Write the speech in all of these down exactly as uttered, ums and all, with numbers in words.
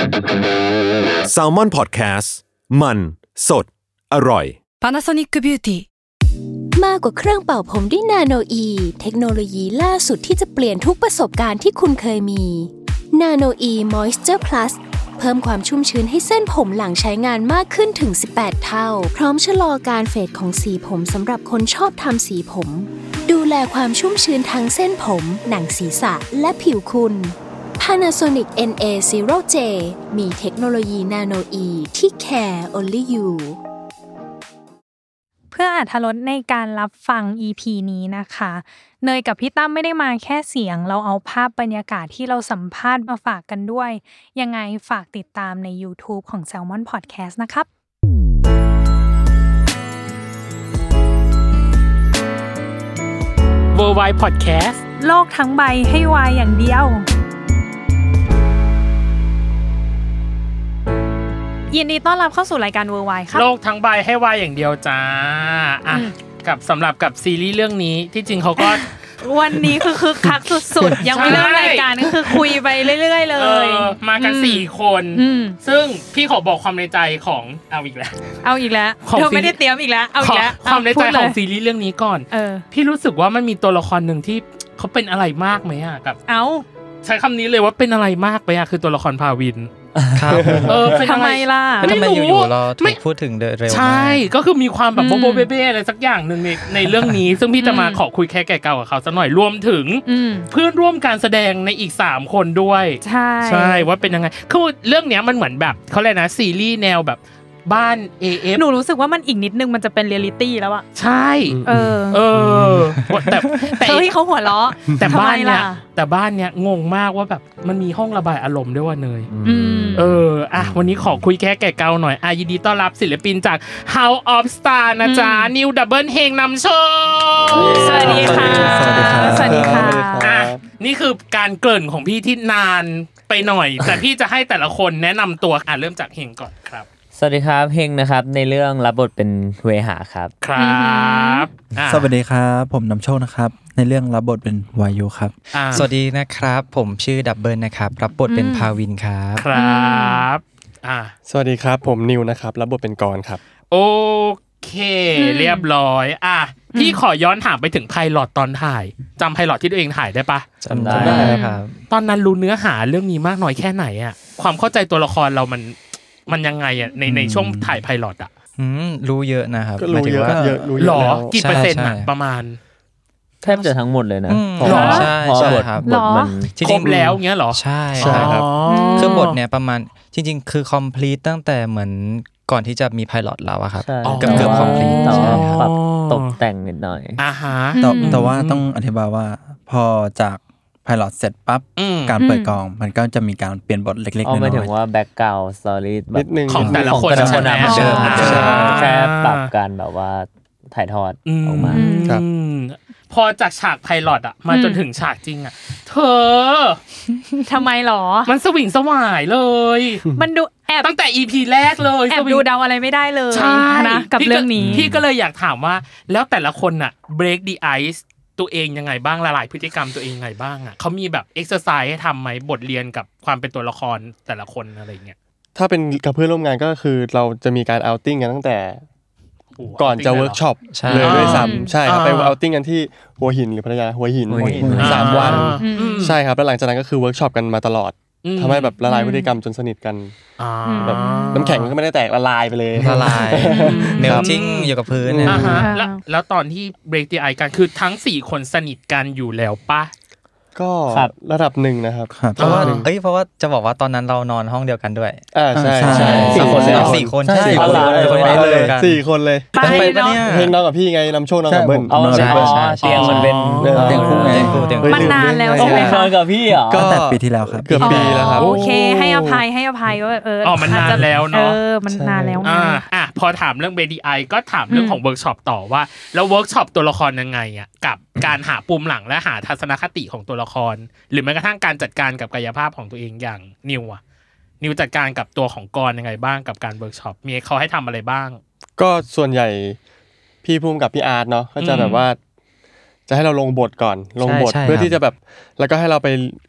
Salmon Podcast มันสดอร่อย Panasonic Beauty มากกว่าเครื่องเป่าผมด้วยนาโนอีเทคโนโลยีล่าสุดที่จะเปลี่ยนทุกประสบการณ์ที่คุณเคยมีนาโนอี Moisture Plus เพิ่มความชุ่มชื้นให้เส้นผมหลังใช้งานมากขึ้นถึงสิบแปดเท่าพร้อมชะลอการเฟดของสีผมสำหรับคนชอบทำสีผมดูแลความชุ่มชื้นทั้งเส้นผมหนังศีรษะและผิวคุณ Panasonic เอ็น เอ ศูนย์ เจ มีเทคโนโลยีนาโนอีที่ care only you เพื่ออรรถรสในการรับฟัง อี พี นี้นะคะเนยกับพี่ตั้มไม่ได้มาแค่เสียงเราเอาภาพบรรยากาศที่เราสัมภาษณ์มาฝากกันด้วยยังไงฝากติดตามใน YouTube ของ Salmon Podcast นะครับ Worldwide Podcast โลกทั้งใบให้วายอย่างเดียวยินดีต้อนรับเข้าสู่รายการ Worldwide ครับโลกทั้งใบให้วายอย่างเดียวจ้าอ่ะกับสำหรับกับซีรีส์เรื่องนี้ที่จริงเขาก็วันนี้คือคึกคักสุดๆยังไม่เริ่มรายการก็คือคุยไปเรื่อยๆเลยมากันสี่คนซึ่งพี่ขอบอกความในใจของเอาอีกแล้วเอาอีกแล้วเธอไม่ได้เตรียมอีกแล้วเอาอีกแล้วความในใจของซีรีส์เรื่องนี้ก่อนพี่รู้สึกว่ามันมีตัวละครหนึ่งที่เขาเป็นอะไรมากไหมอ่ะกับเอาใช้คำนี้เลยว่าเป็นอะไรมากไปอ่ะคือตัวละครภาวินครับเออเป็นทำไมล่ะไม่รู้อยู่ๆเราถูกพูดถึงเร็วใช่ก็คือมีความแบบโบโบเบ้ๆอะไรสักอย่างนึงในในเรื่องนี้ซึ่งพี่จะมาขอคุยแค่แก่เก่ากับเขาซะหน่อยรวมถึงเพื่อนร่วมการแสดงในอีกสามคนด้วยใช่ใช่ว่าเป็นยังไงคือเรื่องเนี้ยมันเหมือนแบบเค้าเรียกนะซีรีส์แนวแบบบ้าน เอ เอฟหนูรู้สึกว่ามันอีกนิดนึงมันจะเป็นเรียลลิตี้แล้วอะใช่เออเออแต่แต่ที่เขาหัวเราะแต่บ้านเนี้ยแต่บ้านเนี้ยงงมากว่าแบบมันมีห้องระบายอารมณ์ด้วยว่าเนยเอออ่ะวันนี้ขอคุยแค่แก่เก่าหน่อยอ่ะยินดีต้อนรับศิลปินจาก House of Star นะจ๊ะนิวดับเบิลเฮงนำโชคสวัสดีค่ะสวัสดีค่ะสวัสดีค่ะอ่ะนี่คือการเกริ่นของพี่ที่นานไปหน่อยแต่พี่จะให้แต่ละคนแนะนำตัวอ่ะเริ่มจากเฮงก่อนครับสวัสดีครับเฮงนะครับในเรื่องรับบทเป็นเวหาครับครับสวัสดีครับผมนำโชคนะครับในเรื่องรับบทเป็นวายุครับสวัสดีนะครับผมชื่อดับเบิลนะครับรับบทเป็นภาวินครับครับอ่าสวัสดีครับผมนิวนะครับรับบทเป็นกรครับโอเคเรียบร้อยอ่ะพี่ขอย้อนถามไปถึงไพลอตตอนถ่ายจำไพลอตที่ตัวเองถ่ายได้ปะจำได้ครับตอนนั้นรู้เนื้อหาเรื่องนี้มากน้อยแค่ไหนอ่ะความเข้าใจตัวละครเรามันมันยังไงอ่ะในในช่วงถ่ายไพลอตอ่ะอืมรู้เยอะนะครับหมายถึงว่าเยอะรู้เยอะหรอกี่เปอร์เซ็นต์อ่ะประมาณแทบจะทั้งหมดเลยนะหรอใช่ใช่ครับบทมันจริงๆแล้วเงี้ยหรอใช่ครับคือบทเนี่ยประมาณจริงๆคือคอมพลีทตั้งแต่เหมือนก่อนที่จะมีไพลอตแล้วอะครับเกือบเกือบคอมพลีทต่อปรับตกแต่งนิดหน่อยอ่าฮะแต่แต่ว่าต้องอธิบายว่าพอจากไพลอตเสร็จปั๊บการเปิดกองมันก็จะมีการเปลี่ยนบทเล็กๆน้อยๆเอาหมายถึงว่าแบ็คกราวด์สตอรี่แบบของแต่ละคนเดิมแค่ปรับการแบบว่าถ่ายทอดออกมาครับพอจากฉากไพลอตอ่ะมาจนถึงฉากจริงอ่ะเธอทำไมหรอมันสวิงสวายเลยมันดูแอบตั้งแต่ อี พี แรกเลยแอบดูเดาอะไรไม่ได้เลยนะกับเรื่องนี้พี่ก็เลยอยากถามว่าแล้วแต่ละคนน่ะ break the ice ตัวเองยังไงบ้างละลายพฤติกรรมตัวเองยังไงบ้างอ่ะเขามีแบบ exercise ให้ทำไหมบทเรียนกับความเป็นตัวละครแต่ละคนอะไรเงี้ยถ้าเป็นกับเพื่อนร่วมงานก็คือเราจะมีการ outing กันตั้งแต่ก่อนจะเวิร์กช็อปเลยด้วยซ้ำใช่ครับไปเอาติ้งกันที่หัวหินหรือพัทยาหัวหินสามวันใช่ครับแล้วหลังจากนั้นก็คือเวิร์กช็อปกันมาตลอดทำให้แบบละลายพฤติกรรมจนสนิทกันแบบน้ำแข็งก็ไม่ได้แตกละลายไปเลยละลายเมลติ้งอยู่กับพื้นเนี่ยแล้วแล้วตอนที่ break the ice กันคือทั้งสี่คนสนิทกันอยู่แล้วปะก็ระดับหนึ่งนะครับเพราะว่าเอ้ยเพราะว่าจะบอกว่าตอนนั้นเรานอนห้องเดียวกันด้วยอ่าใช่ใช่สี่คนเลยสี่คนใช่สี่คนเลยสี่คนเลยไปปะเนี่ยเพลงน้องกับพี่ไงนำโชคนองกับเบิ้ลใช่เตียงมันเป็นเตียงคู่ไงมันนานแล้วใช่ไหมคะกับพี่เหรอก็แต่ปีที่แล้วครับเกือบปีแล้วครับโอเคให้อภัยให้อภัยว่าเอออ๋อมันนานแล้วเนาะเออมันนานแล้วอ่าอ่ะพอถามเรื่อง break the ice ก็ถามเรื่องของเวิร์คช็อปต่อว่าแล้วเวิร์คช็อปตัวละครยังไงอ่ะกับการหาปุ่มหลังและหาทัศนคติของตัวละครหรือแม้กระทั่งการจัดการกับกายภาพของตัวเองอย่างนิวอ่ะนิวจัดการกับตัวของกรยังไงบ้างกับการเวิร์กช็อปมีเขาให้ทำอะไรบ้างก็ส่วนใหญ่พี่ภูมิกับพี่อาร์ตเนาะก็จะแบบว่าจะให้เราลงบทก่อนลงบทเพื่อที่จะแบบแล้วก็ให้เราไป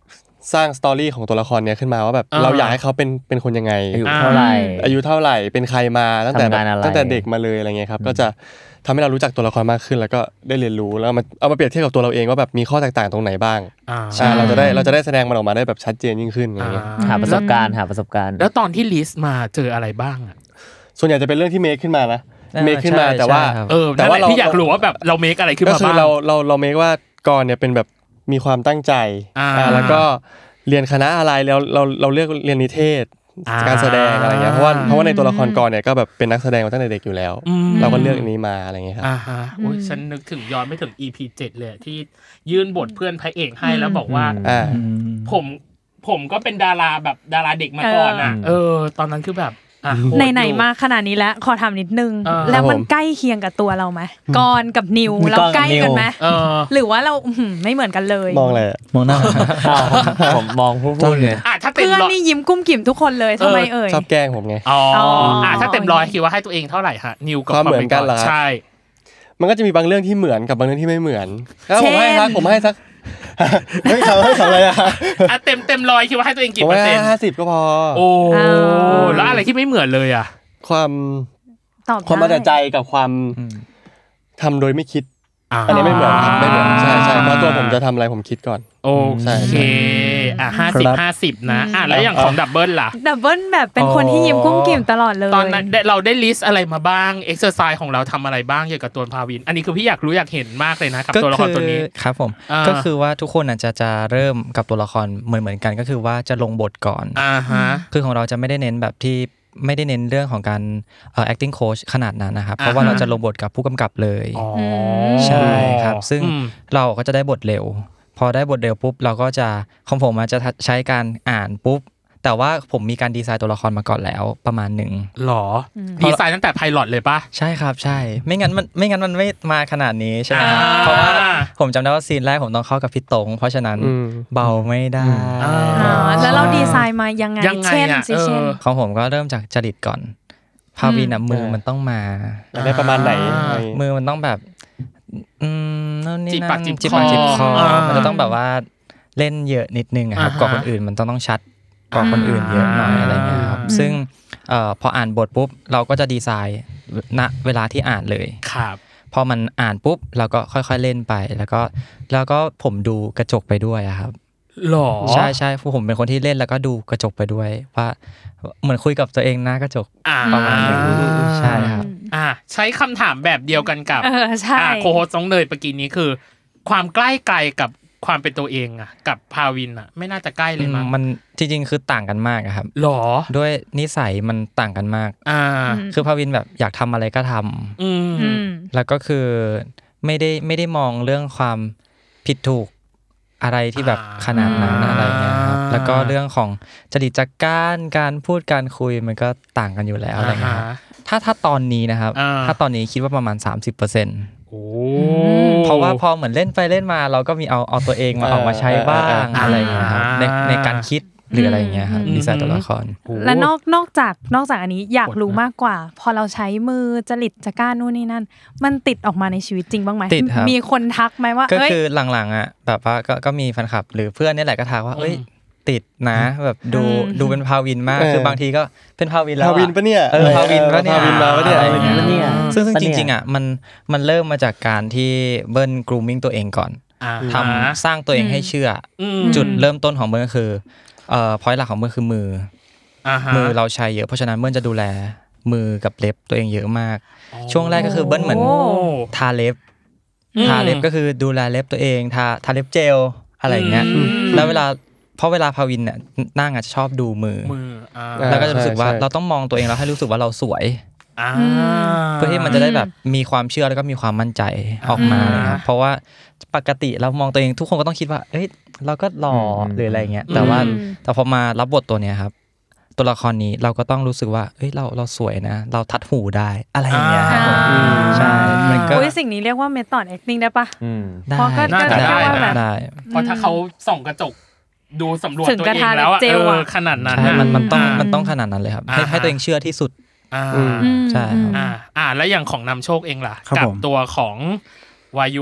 สร้างสตอรี่ของตัวละครเนี้ยขึ้นมาว่าแบบเราอยากให้เขาเป็นเป็นคนยังไงอายุเท่าไหร่อายุเท่าไหร่เป็นใครมาตั้งแต่ตั้งแต่เด็กมาเลยอะไรเงี้ยครับก็จะทำให้เรารู้จักตัวละครมากขึ้นแล้วก็ได้เรียนรู้แล้วมาเอามาเปรียบเทียบกับตัวเราเองว่าแบบมีข้อแตกต่างตรงไหนบ้างอ่าเราจะได้เราจะได้แสดงมันออกมาได้แบบชัดเจนยิ่งขึ้นอย่างเงี้ยหาประสบการณ์หาประสบการณ์แล้วตอนที่ลิสต์มาเจออะไรบ้างอ่ะส่วนใหญ่จะเป็นเรื่องที่เมคขึ้นมานะเมคขึ้นมาแต่ว่าเออแต่ว่าพี่อยากรู้ว่าแบบเราเมคอะไรขึ้นมาบ้างก็คือเราเราเราเมคว่ากรเนี่ยเป็นแบบมีความตั้งใจอ่าแล้วก็เรียนคณะอะไรแล้วเราเราเลือกเรียนนิเทศการแสดงอะไรเงี้ยเพราะว่าเพราะว่าในตัวละครกรเนี่ยก็แบบเป็นนักแสดงมาตั้งแต่เด็กอยู่แล้วเราก็เลือกอันนี้มาอะไรเงี้ยครับอ่าฮะโอ้ยฉันนึกถึงย้อนไม่ถึง อี พี เจ็ดเลยที่ยื่นบทเพื่อนพระเอกให้แล้วบอกว่าผมผมก็เป็นดาราแบบดาราเด็กมาก่อนอ่ะเออตอนนั้นคือแบบไหนๆมาขนาดนี้แล้วขอถามนิดนึงแล้วมันใกล้เคียงกับตัวเราไหมกรกับนิวเราใกล้กันไหมหรือว่าเราไม่เหมือนกันเลยมองอะไรมองหน้าผมมองผู้พูดเลยเพื่อนนี่ยิ้มกุ้มกิ่มทุกคนเลยทำไมเอ่ยชอบแกล้งผมไงอ๋ออ่ะถ้าเต็มร้อยคิดว่าให้ตัวเองเท่าไหร่ฮะนิวกับความเหมือนกันเหรอใช่มันก็จะมีบางเรื่องที่เหมือนกับบางเรื่องที่ไม่เหมือนแล้วผมให้ครับผมให้สักเฮ้ยเขาให้ทำอะไรอ่ะอ่ะเต็มเต็มร้อยคิดว่าให้ตัวเองกี่เปอร์เซ็นต์ห้าสิบก็พอโอ้แล้วอะไรที่ไม่เหมือนเลยอ่ะความความเอาแต่ใจกับความทำโดยไม่คิดอันนี้ไม่เหมือนครับไม่เหมือนใช่ใช่เพราะตัวผมจะทำอะไรผมคิดก่อนโอเคอ่ะห้าสิบ ห้าสิบนะอ่ะแล้วอย่างของดับเบิ้ลล่ะดับเบิ้ลแบบเป็นคนที่ยิ้มกุ้มกิ่มตลอดเลยตอนนั้นเราได้ลิสต์อะไรมาบ้างเอ็กซ์เซอร์ไซส์ของเราทำอะไรบ้างเกี่ยวกับตัวภาวินอันนี้คือพี่อยากรู้อยากเห็นมากเลยนะกับตัวละครตัวนี้ครับผมก็คือว่าทุกคนอาจจะจะเริ่มกับตัวละครเหมือนเหมือนกันก็คือว่าจะลงบทก่อนอ่าฮะคือของเราจะไม่ได้เน้นแบบที่ไม่ได้เน้นเรื่องของการเอ่อ acting coach ขนาดนั้นนะครับเพราะว่าเราจะลงบทกับผู้กำกับเลยใช่ครับซึ่งเราก็จะได้บทเร็วพอได้บทเร็วปุ๊บเราก็จะของผมจะใช้การอ่านปุ๊บแต่ว่าผมมีการดีไซน์ตัวละครมาก่อนแล้วประมาณหนึ่งหรอดีไซน์ตั้งแต่ไพลอตเลยป่ะใช่ครับใช่ไม่งั้นมันไม่งั้นมันไม่มาขนาดนี้ใช่ไหมครับเพราะว่าผมจำได้ว่าซีนแรกผมต้องเข้ากับพี่ตงเพราะฉะนั้นเบาไม่ได้แล้วเราดีไซน์มายังไงเช่นสิเช่นของผมก็เริ่มจากจริตก่อนภาวินมือมันต้องมาได้ประมาณไหนมือมันต้องแบบอืมนั่นนี่นั่นจิบจิบจิบคอมันจะต้องแบบว่าเล่นเยอะนิดนึงครับกว่าคนอื่นมันต้องต้องชัดกว่าคนอื่นเยอะหน่อยอะไรเงี้ยครับซึ่งเอ่อพออ่านบทปุ๊บเราก็จะดีไซน์ณเวลาที่อ่านเลยครับพอมันอ่านปุ๊บเราก็ค่อยๆเล่นไปแล้วก็แล้วก็ผมดูกระจกไปด้วยครับหรอใช่ใช่ผมเป็นคนที่เล่นแล้วก็ดูกระจกไปด้วยว่าเหมือนคุยกับตัวเองหน้ากระจกประมาณนึงใช่ครับอ่าใช้คำถามแบบเดียวกันกับอ่าโคโฮสน้องเนยเมื่อกี้นี้คือความใกล้ไกลกับความเป็นตัวเองอ่ะกับภาวินอ่ะไม่น่าจะใกล้เลยมั้งมันจริงๆคือต่างกันมากครับหรอด้วยนิสัยมันต่างกันมากอ่าคือภาวินแบบอยากทำอะไรก็ทำอืมแล้วก็คือไม่ได้ไม่ได้มองเรื่องความผิดถูกอะไรที่แบบขนาดนั้นอะไรเงี้ยครับแล้วก็เรื่องของจริตจักรการพูดการคุยมันก็ต่างกันอยู่แล้วอะไรเงี้ยถ้าถ้าตอนนี้นะครับถ้าตอนนี้คิดว่าประมาณ สามสิบเปอร์เซ็นต์โอ้เพราะว่าพอเหมือนเล่นไปเล่นมาเราก็มีเอาเอาตัวเองมาออกมาใช้บ้างอะไรเงี้ยครับในในการคิดหรืออะไรเงี้ยครับดีไซน์ตัวละครและนอกนอกจากนอกจากอันนี้อยากรู้มากกว่าพอเราใช้มือจริตจักรนู่นนี่นั่นมันติดออกมาในชีวิตจริงบ้างไหมมีคนทักไหมว่าก็คือหลังๆอ่ะแบบว่าก็ก็มีแฟนคลับหรือเพื่อนนี่แหละก็ทักว่าเอ้ยติดนะแบบดูดูเป็นภาวินมากคือบางทีก็เป็นภาวินแล้วภาวินปะเนี่ยเออภาวินปะเนี่ยภาวินมาปะเนี่ยซึ่งซึ่งจริงๆอ่ะมันมันเริ่มมาจากการที่เบิ้ล grooming ตัวเองก่อนทำสร้างตัวเองให้เชื่อจุดเริ่มต้นของเบิ้ลก็คือเอ่อ point หลักของเบิ้ลคือมือมือเราใช้เยอะเพราะฉะนั้นเบิ้ลจะดูแลมือกับเล็บตัวเองเยอะมากช่วงแรกก็คือเบิ้ลเหมือนทาเล็บทาเล็บก็คือดูแลเล็บตัวเองทาทาเล็บเจลอะไรอย่างเงี้ยแล้วเวลาเพราะเวลาภาวินเนี่ยนั่งอ่ะชอบดูมือแล้วก็จะรู้สึกว่าเราต้องมองตัวเองแล้วให้รู้สึกว่าเราสวยเพื่อที่มันจะได้แบบมีความเชื่อแล้วก็มีความมั่นใจออกมาเลยครับเพราะว่าปกติเรามองตัวเองทุกคนก็ต้องคิดว่าเอ้ยเราก็หล่อหรืออะไรเงี้ยแต่ว่าแต่พอมารับบทตัวเนี้ยครับตัวละครนี้เราก็ต้องรู้สึกว่าเอ้ยเราเราสวยนะเราทัดหูได้อะไรอย่างเงี้ยใช่มันก็สิ่งนี้เรียกว่า method acting ได้ปะเพราะก็ได้ได้เพราะถ้าเขาส่องกระจกดูสำรวจตัวเองแล้วอ่ะเออขนาดนั้นมันมันต้องมันต้องขนาดนั้นเลยครับให้ให้ตัวเองเชื่อที่สุดใช่อ่าอ่าแล้วอย่างของนำโชคเองล่ะกับตัวของวายุ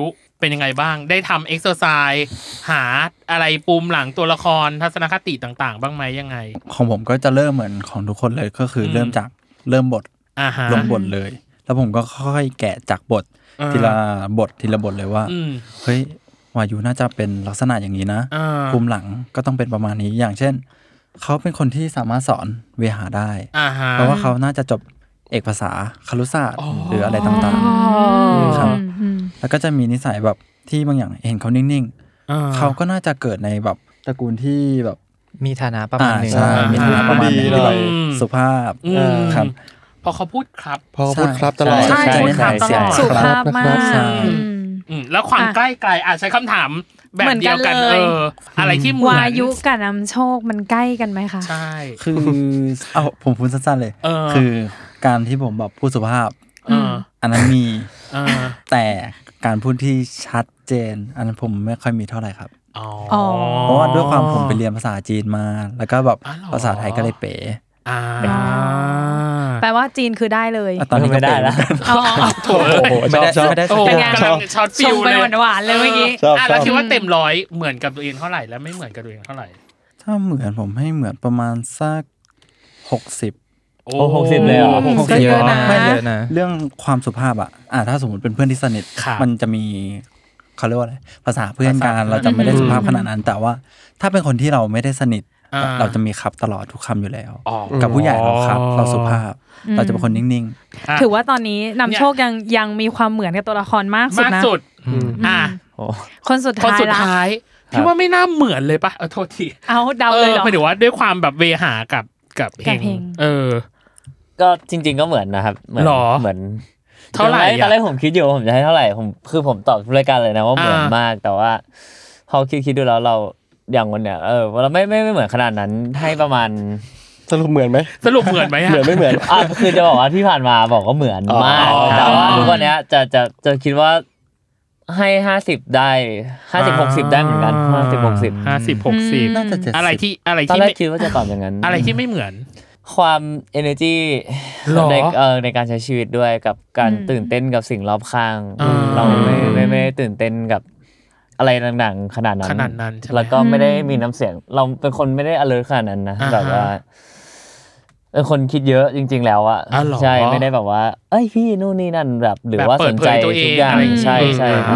เป็นยังไงบ้างได้ทำเอ็กซ์ไซส์หาอะไรปูมหลังตัวละครทัศนคติต่างๆบ้างไหมยังไงของผมก็จะเริ่มเหมือนของทุกคนเลยก็คือเริ่มจากเริ่มบทลงบทเลยแล้วผมก็ค่อยๆแกะจากบททีละบททีละบทเลยว่าเฮ้ยวายุน่าจะเป็นลักษณะอย่างนี้นะภูมิหลังก็ต้องเป็นประมาณนี้อย่างเช่นเขาเป็นคนที่สามารถสอนเวหาได้เพราะว่าเขาน่าจะจบเอกภาษาครุศาสตร์หรืออะไรต่างๆครับแล้วก็จะมีนิสัยแบบที่บางอย่างเห็นเขานิ่งๆเขาก็น่าจะเกิดในแบบตระกูลที่แบบมีฐานะประมาณนึงใช่มีฐานะประมาณนึงที่แบบสุภาพครับพอเขาพูดครับพอพูดครับตลอดใช่พูดครับตลอดสุภาพมากแล้วความใกล้ไกลอาจใช้คำถามแบบเดียวกันเอออะไรที่เหมือนวายุกับนำโชคมันใกล้กันไหมคะใช่คือเอาผมพูดสั้นๆเลยคือการที่ผมแบบพูดสุภาพอันนั้นมีแต่การพูดที่ชัดเจนอันนั้นผมไม่ค่อยมีเท่าไหร่ครับเพราะว่าด้วยความผมไปเรียนภาษาจีนมาแล้วก็แบบภาษาไทยก็เลยเป๋แปลว่าจีนคือได้เลยตอนนี้ไม่ได้แล้วอ๋อโอ้โหไม่ได้ไม่ได้เป็นไงกำลังช็อตฟิลเลยหวานๆเลยเมื่อกี้อ่ะแล้วคิดว่าเต็มร้อยเหมือนกับตัวเองเท่าไหร่แล้วไม่เหมือนกับตัวเองเท่าไหร่ถ้าเหมือนผมให้เหมือนประมาณสักหกสิบโอ้หกสิบเลยเหรอก็เยอะนะไม่เยอะนะเรื่องความสุภาพอ่ะอ่ะถ้าสมมติเป็นเพื่อนที่สนิทมันจะมีเขาเรียกว่าอะไรภาษาเพื่อนกันเราจะไม่ได้สุภาพขนาดนั้นแต่ว่าถ้าเป็นคนที่เราไม่ได้สนิทเราจะมีครับตลอดทุกคำอยู่แล้วกับผู้ใหญ่เราครับเราสุภาพเราจะเป็นคนนิ่งๆถือว่าตอนนี้นำโชคยังยังมีความเหมือนกับตัวละครมากสุดนะมากสุดอ่ะคนสุดท้ายคนสุดท้ายพี่ว่าไม่น่าเหมือนเลยป่ะเออโทษทีเอาเดาเลยเหรอหมายถึงว่าด้วยความแบบเวหากับกับเพลงเออก็จริงๆก็เหมือนนะครับเหมือนเหมือนเท่าไหร่ตอนแรกผมคิดอยู่ผมจะให้เท่าไหร่ผมคือผมตอบรายการเลยนะว่าเหมือนมากแต่ว่าพอคิดๆดูแล้วเราอย่างวันเนี่ยเออเราไม่ไม่ไม่เหมือนขนาดนั้นให้ประมาณสรุปเหมือนไหมสรุปเหมือนไหมเหมือนไม่เหมือนอ่ะคือจะบอกว่าที่ผ่านมาบอกว่าเหมือนมากแต่ว่าทุกวันนี้จะจะจะคิดว่าให้ห้าสิบได้ห้าสิบ หกสิบได้เหมือนกันห้าสิบ หกสิบห้าสิบ หกสิบน่าจะเจ็ดสิบอะไรที่อะไรที่ไม่คิดว่าจะตอบอย่างนั้นอะไรที่ไม่เหมือนความ energy ในเอ่อในการใช้ชีวิตด้วยกับการตื่นเต้นกับสิ่งรอบข้างเราไม่ไม่ไม่ตื่นเต้นกับอะไรต่างๆขนาดนั้นขนาดนั้นแล้วก็ไม่ได้มีน้ำเสียงเราเป็นคนไม่ได้ alert ขนาดนั้นนะแบบว่าเป็นคนคิดเยอะจริงๆแล้วอ่ะใช่ไม่ได้แบบว่าเอ้ยพี่นู่นนี่นั่นแบบหรือว่าสนใจทุกอย่างใช่ใช่ครับ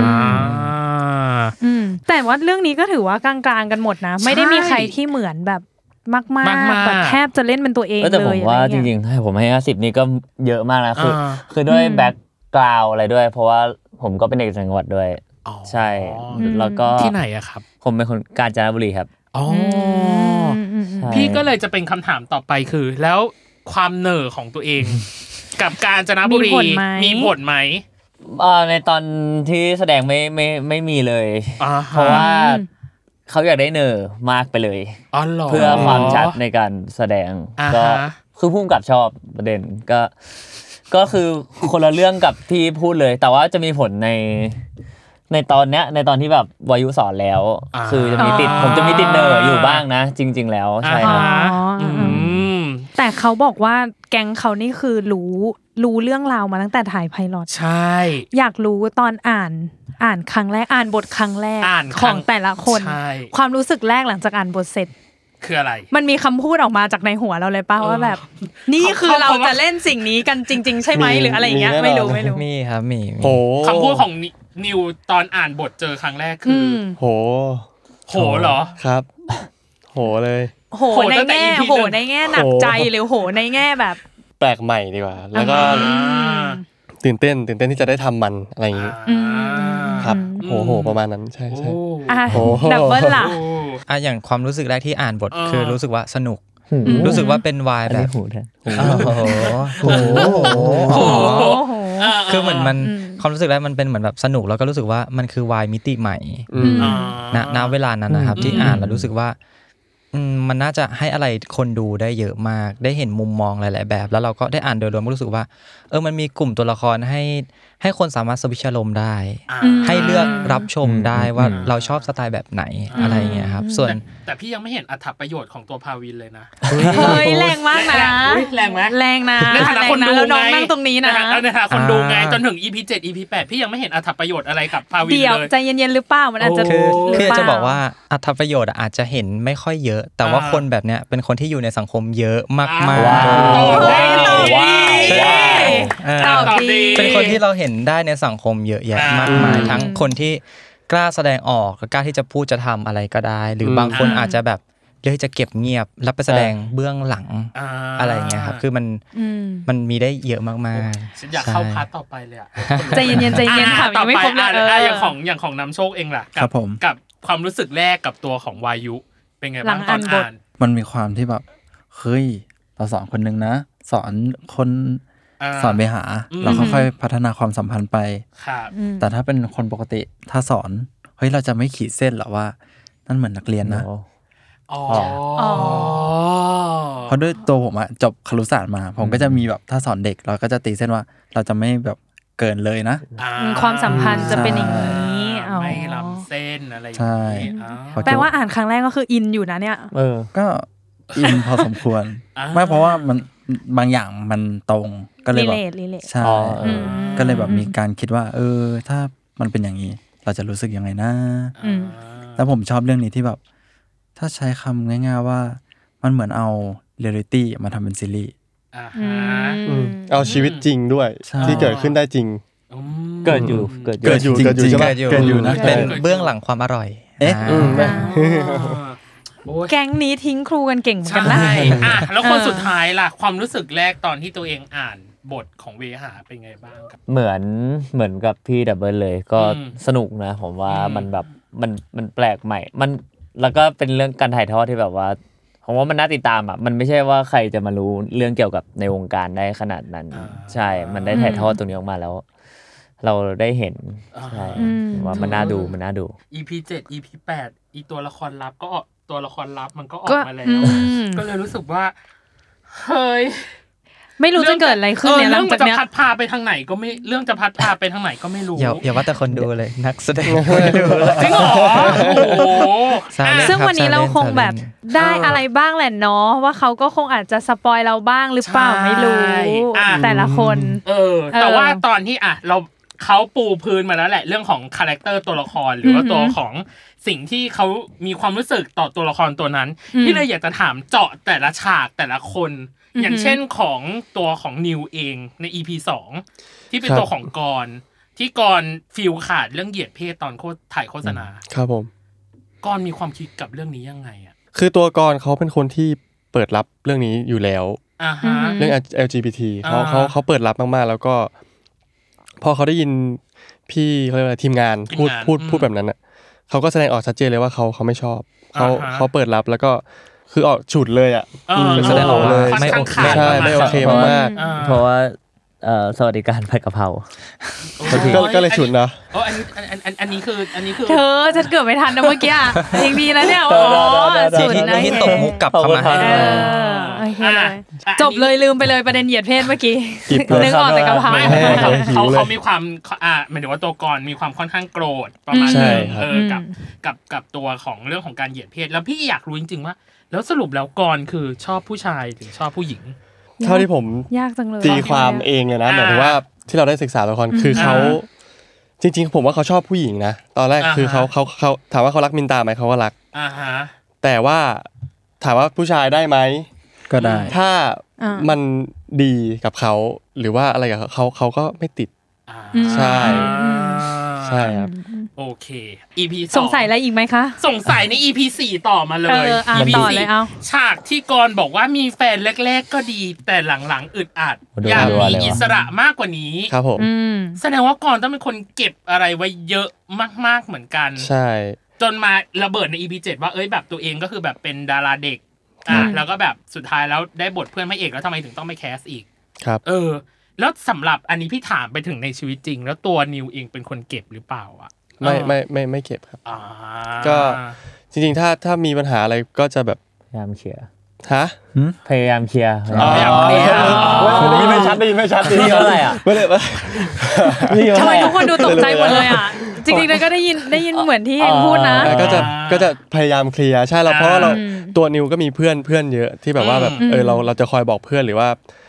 แต่ว่าเรื่องนี้ก็ถือว่ากลางๆกันหมดนะไม่ได้มีใครที่เหมือนแบบมากๆแบบแทบจะเล่นเป็นตัวเองเลยแต่ผมว่าจริงๆให้ผมให้ห้าสิบนี่ก็เยอะมากนะคือคือด้วยแบ็คกราวด์อะไรด้วยเพราะว่าผมก็เป็นเด็กจังหวัดด้วยใช่แล้วก็ที่ไหนอะครับผมเป็นคนกาญจนบุรีครับอ๋อพี่ก็เลยจะเป็นคำถามต่อไปคือแล้วความเหน่อของตัวเองกับกาญจนบุรีมีผลไหมอ่าในตอนที่แสดงไม่ไม่ไม่มีเลยเพราะว่าเขาอยากได้เนอมากไปเลยเพื่อความชัดในการแสดงก็คือพุ่งกับชอบประเด็นก็ก็คือคนละเรื่องกับที่พูดเลยแต่ว่าจะมีผลในในตอนเนี้ยในตอนที่แบบวายุสอนแล้วคือจะมีติดผมจะมีติดเนออยู่บ้างนะจริงๆแล้วใช่ครับแต่เขาบอกว่าแก๊งเขานี่คือรู้รู้เรื่องราวมาตั้งแต่ถ่ายไพลอตใช่อยากรู้ตอนอ่านอ่านครั้งแรกอ่านบทครั้งแรกของแต่ละคนความรู้สึกแรกหลังจากอ่านบทเสร็จคืออะไรมันมีคำพูดออกมาจากในหัวเราเลยป่ะว่าแบบนี่คือเราจะเล่นสิ่งนี้กันจริงๆใช่ไหมหรืออะไรอย่างเงี้ยไม่รู้ไม่รู้มีครับมีคำพูดของนิวตอนอ่านบทเจอครั้งแรกคือโหโหเหรอครับโหเลยโหในแง่โหในแง่หนักใจหรือโหในแง่แบบแปลกใหม่ดีกว่าแล้วก็ตื่นเต้นตื่นเต้นที่จะได้ทำมันอะไรอย่างงี้ครับโหโหประมาณนั้นใช่ใช่โหดับเบิ้ลล่ะอ่ะอย่างความรู้สึกแรกที่อ่านบทคือรู้สึกว่าสนุกรู้สึกว่าเป็นวายแบบโอ้โหโอ้โหคือเหมือนมันความรู้สึกแรกมันเป็นเหมือนแบบสนุกแล้วก็รู้สึกว่ามันคือวายมิติใหม่ณณเวลานั้นนะครับที่อ่านแล้วรู้สึกว่ามันน่าจะให้อะไรคนดูได้เยอะมากได้เห็นมุมมองหลายๆแบบแล้วเราก็ได้อ่านโดยรวมก็รู้สึกว่าเออมันมีกลุ่มตัวละครให้ให้คนสามารถสวิตช์อารมณ์ได้ให้เลือกรับชมได้ว่าเราชอบสไตล์แบบไหนอะไรเงี้ยครับส่วนแต่พี่ยังไม่เห็นอรรถประโยชน์ของตัวภาวินเลยนะเฮ้ยแรงมากนะแรรงไหมแรงนะในฐานะคนดูแล้วน้องนั่งตรงนี้นะแล้วในฐานะคนดูไงจนถึง อี พี เจ็ด อี พี แปดพี่ยังไม่เห็นอรรถประโยชน์อะไรกับภาวินเลยเดี๋ยวใจเย็นๆหรือเปล่ามันอาจจะคือคือจะบอกว่าอรรถประโยชน์อาจจะเห็นไม่ค่อยเยอะแต่ว่าคนแบบเนี้ยเป็นคนที่อยู่ในสังคมเยอะมากๆว้าวเป็นคนที่เราเห็นได้ในสังคมเยอะแยะมากมายทั้งคนที่กล้าแสดงออกกล้าที่จะพูดจะทำอะไรก็ได้หรือบางคนอาจจะแบบเลือกจะเก็บเงียบแล้วไปแสดงเบื้องหลังอะไรเงี้ยครับคือมันมันมีได้เยอะมากๆฉันอยากเข้าพาร์ทต่อไปเลยอ่ะใจเย็นๆใจเย็นค่ะยังไม่ครบเลยอย่างของอย่างของน้ำโชคเองล่ะกับกับความรู้สึกแรกกับตัวของวายุเป็นไงบ้างตอนอ่านมันมีความที่แบบเฮ้ยเราสอนคนนึงนะสอนคนสอนไปหาแล้วค่อยๆพัฒนาความสัมพันธ์ไปแต่ถ้าเป็นคนปกติถ้าสอนเฮ้ยเราจะไม่ขีดเส้นหรอว่านั่นเหมือนนักเรียนนะอ๋อเพราะด้วยตัวผมอะจบครุศาสตร์มาผมก็จะมีแบบถ้าสอนเด็กเราก็จะตีเส้นว่าเราจะไม่แบบเกินเลยนะความสัมพันธ์จะเป็นอย่างนี้ไม่ล้ำเส้นอะไรอย่างนี้แปลว่าอ่านครั้งแรกก็คืออินอยู่นะเนี่ยเออก็อินพอสมควรไม่เพราะว่ามันบางอย่างมันตรงก็เลยแบบใช่ก็เลยแบบมีการคิดว่าเออถ้ามันเป็นอย่างนี้เราจะรู้สึกยังไงนะแล้วผมชอบเรื่องนี้ที่แบบถ้าใช้คำง่ายๆว่ามันเหมือนเอาเรียลลิตี้มาทำเป็นซีรีส์เอาชีวิตจริงด้วยที่เกิดขึ้นได้จริงเกิดอยู่เกิดอยู่เกิดอยู่เกิดอยู่เกิดอยู่นะเป็นเบื้องหลังความอร่อยเอ๊ะแก๊งนี้ทิ้งครูกันเก่งเหมือนกันนะอ่ะแล้วคนสุดท้ายล่ะความรู้สึกแรกตอนที่ตัวเองอ่านบทของเวหาเป็นไงบ้างครับเหมือนเหมือนกับพี่ดับเบิลเลยก็สนุกนะผมว่ามันแบบมันมันแปลกใหม่มันแล้วก็เป็นเรื่องการถ่ายทอดที่แบบว่าผมว่ามันน่าติดตามอ่ะมันไม่ใช่ว่าใครจะมารู้เรื่องเกี่ยวกับในวงการได้ขนาดนั้นใช่มันได้ถ่ายทอดตรงนี้ออกมาแล้วเราได้เห็นใช่ว่ามันน่าดูมันน่าดูอี พี เจ็ด อี พี แปดอีตัวละครลับก็ตัวละครลับมันก็ออกมาแล้วก็เลยรู้สึกว่าเฮ้ยไม่รู้จะเกิดอะไรขึ้นเนี่ยหลังจากเนี้ยเรื่องจะพัดพาไปทางไหนก็ไม่เรื่องจะพัดพาไปทางไหนก็ไม่รู้อย่าอย่าว่าแต่คนดูเลยนักแสดงจริงเหรอโอ้โหซึ่งวันนี้เราคงแบบได้อะไรบ้างแหละเนาะว่าเขาก็คงอาจจะสปอยเราบ้างหรือเปล่าไม่รู้แต่ละคนเออแต่ว่าตอนที่อ่ะเราเขาปูพื้นมาแล้วแหละเรื่องของคาแรคเตอร์ตัวละครหรือว่าตัวของสิ่งที่เขามีความรู้สึกต่อตัวละครตัวนั้นที่เลยอยากจะถามเจาะแต่ละฉากแต่ละคนอย่างเช่นของตัวของนิวเองใน อี พี สองที่เป็นตัวของกรที่กรฟีลขาดเรื่องเหยียดเพศตอนถ่ายโฆษณาครับผมกรมีความคิดกับเรื่องนี้ยังไงอ่ะคือตัวกรเขาเป็นคนที่เปิดรับเรื่องนี้อยู่แล้วเรื่อง แอล จี บี ที เขาเขาเขาเปิดรับมากๆแล้วก็พอเขาได้ยินพี่เขาเรียกว่าทีมงานพูดพูดพูดแบบนั้นอ่ะเขาก็แสดงออกชัดเจนเลยว่าเขาเขาไม่ชอบเขาเขาเปิดรับแล้วก็คือออกฉุดเลยอ่ะแสดงออกเลยไม่โอเคใช่ไม่โอเคมากเพราะว่าเอ่อสวัสดิการผัดกะเพราก็ก็เลยฉุดนะอ๋ออันนี้อันอันนี้คืออันนี้คือเธอฉันเกิดไม่ทันนะเมื่อกี้อ่ะยังดีนะเนี่ยอ๋อฉุดนะที่ตกมุกกลับเข้ามาให้ด้วยจบเลยลืมไปเลยประเด็นเหยียดเพศเมื่อกี้นึกออกแต่กะเพราเขาเขามีความอ่าหมายถึงว่าตัวกรมีความค่อนข้างโกรธประมาณนึงเออกับกับกับตัวของเรื่องของการเหยียดเพศแล้วพี่อยากรู้จริงๆว่าแล้วสรุปแล้วกรคือชอบผู้ชายหรือชอบผู้หญิงเท่าที่ผมยากจังเลยตีความเองเลยนะหมายถึงว่าที่เราได้ศึกษาตัวละครคือเขาจริงๆผมว่าเขาชอบผู้หญิงนะตอนแรกคือเขาเขาเขาถามว่าเขารักมินตาไหมเขาก็รักแต่ว่าถามว่าผู้ชายได้ไหมก็ได้ถ้ามันดีกับเขาหรือว่าอะไรกับเขาเขาก็ไม่ติดใช่ใช่ครับโอเค อี พี สองสงสัยอะไรอีกไหมคะสงสัยใน อี พี สี่ต่อมาเลยอี พี สี่ฉากที่กรบอกว่ามีแฟนแรกๆก็ดีแต่หลังๆอึดอัดอยากมีอิสระมากกว่านี้ครับผมแสดงว่ากรต้องเป็นคนเก็บอะไรไว้เยอะมากๆเหมือนกันใช่จนมาระเบิดใน อี พี เจ็ดว่าเอ้ยแบบตัวเองก็คือแบบเป็นดาราเด็กอ่ะแล้วก็แบบสุดท้ายแล้วได้บทเพื่อนพระเอกแล้วทำไมถึงต้องไม่แคสอีกครับเออแล้วสำหรับอันนี้พี่ถามไปถึงในชีวิตจริงแล้วตัวนิวเองเป็นคนเก็บหรือเปล่าอ่ะไม่ไม่ไม่ไม่เก็บครับก็จริงๆถ้าถ้ามีปัญหาอะไรก็จะแบบพยายามเคลียร์ฮะพยายามเคลียร์พยายามเคลียร์ได้ยินไม่ชัดได้ยินไม่ชัดนี่อะไรอ่ะไม่เลยทำไมทุกคนดูตกใจหมดเลยอ่ะจริงๆเลยก็ได้ยินได้ยินเหมือนที่เห็นพูดนะก็จะก็จะพยายามเคลียร์ใช่เราเพราะว่าเราตัวนิวก็มีเพื่อนเพื่อนเยอะที่แบบว่าแบบเออเราเราจะคอยบอกเพื่อนหรือว่า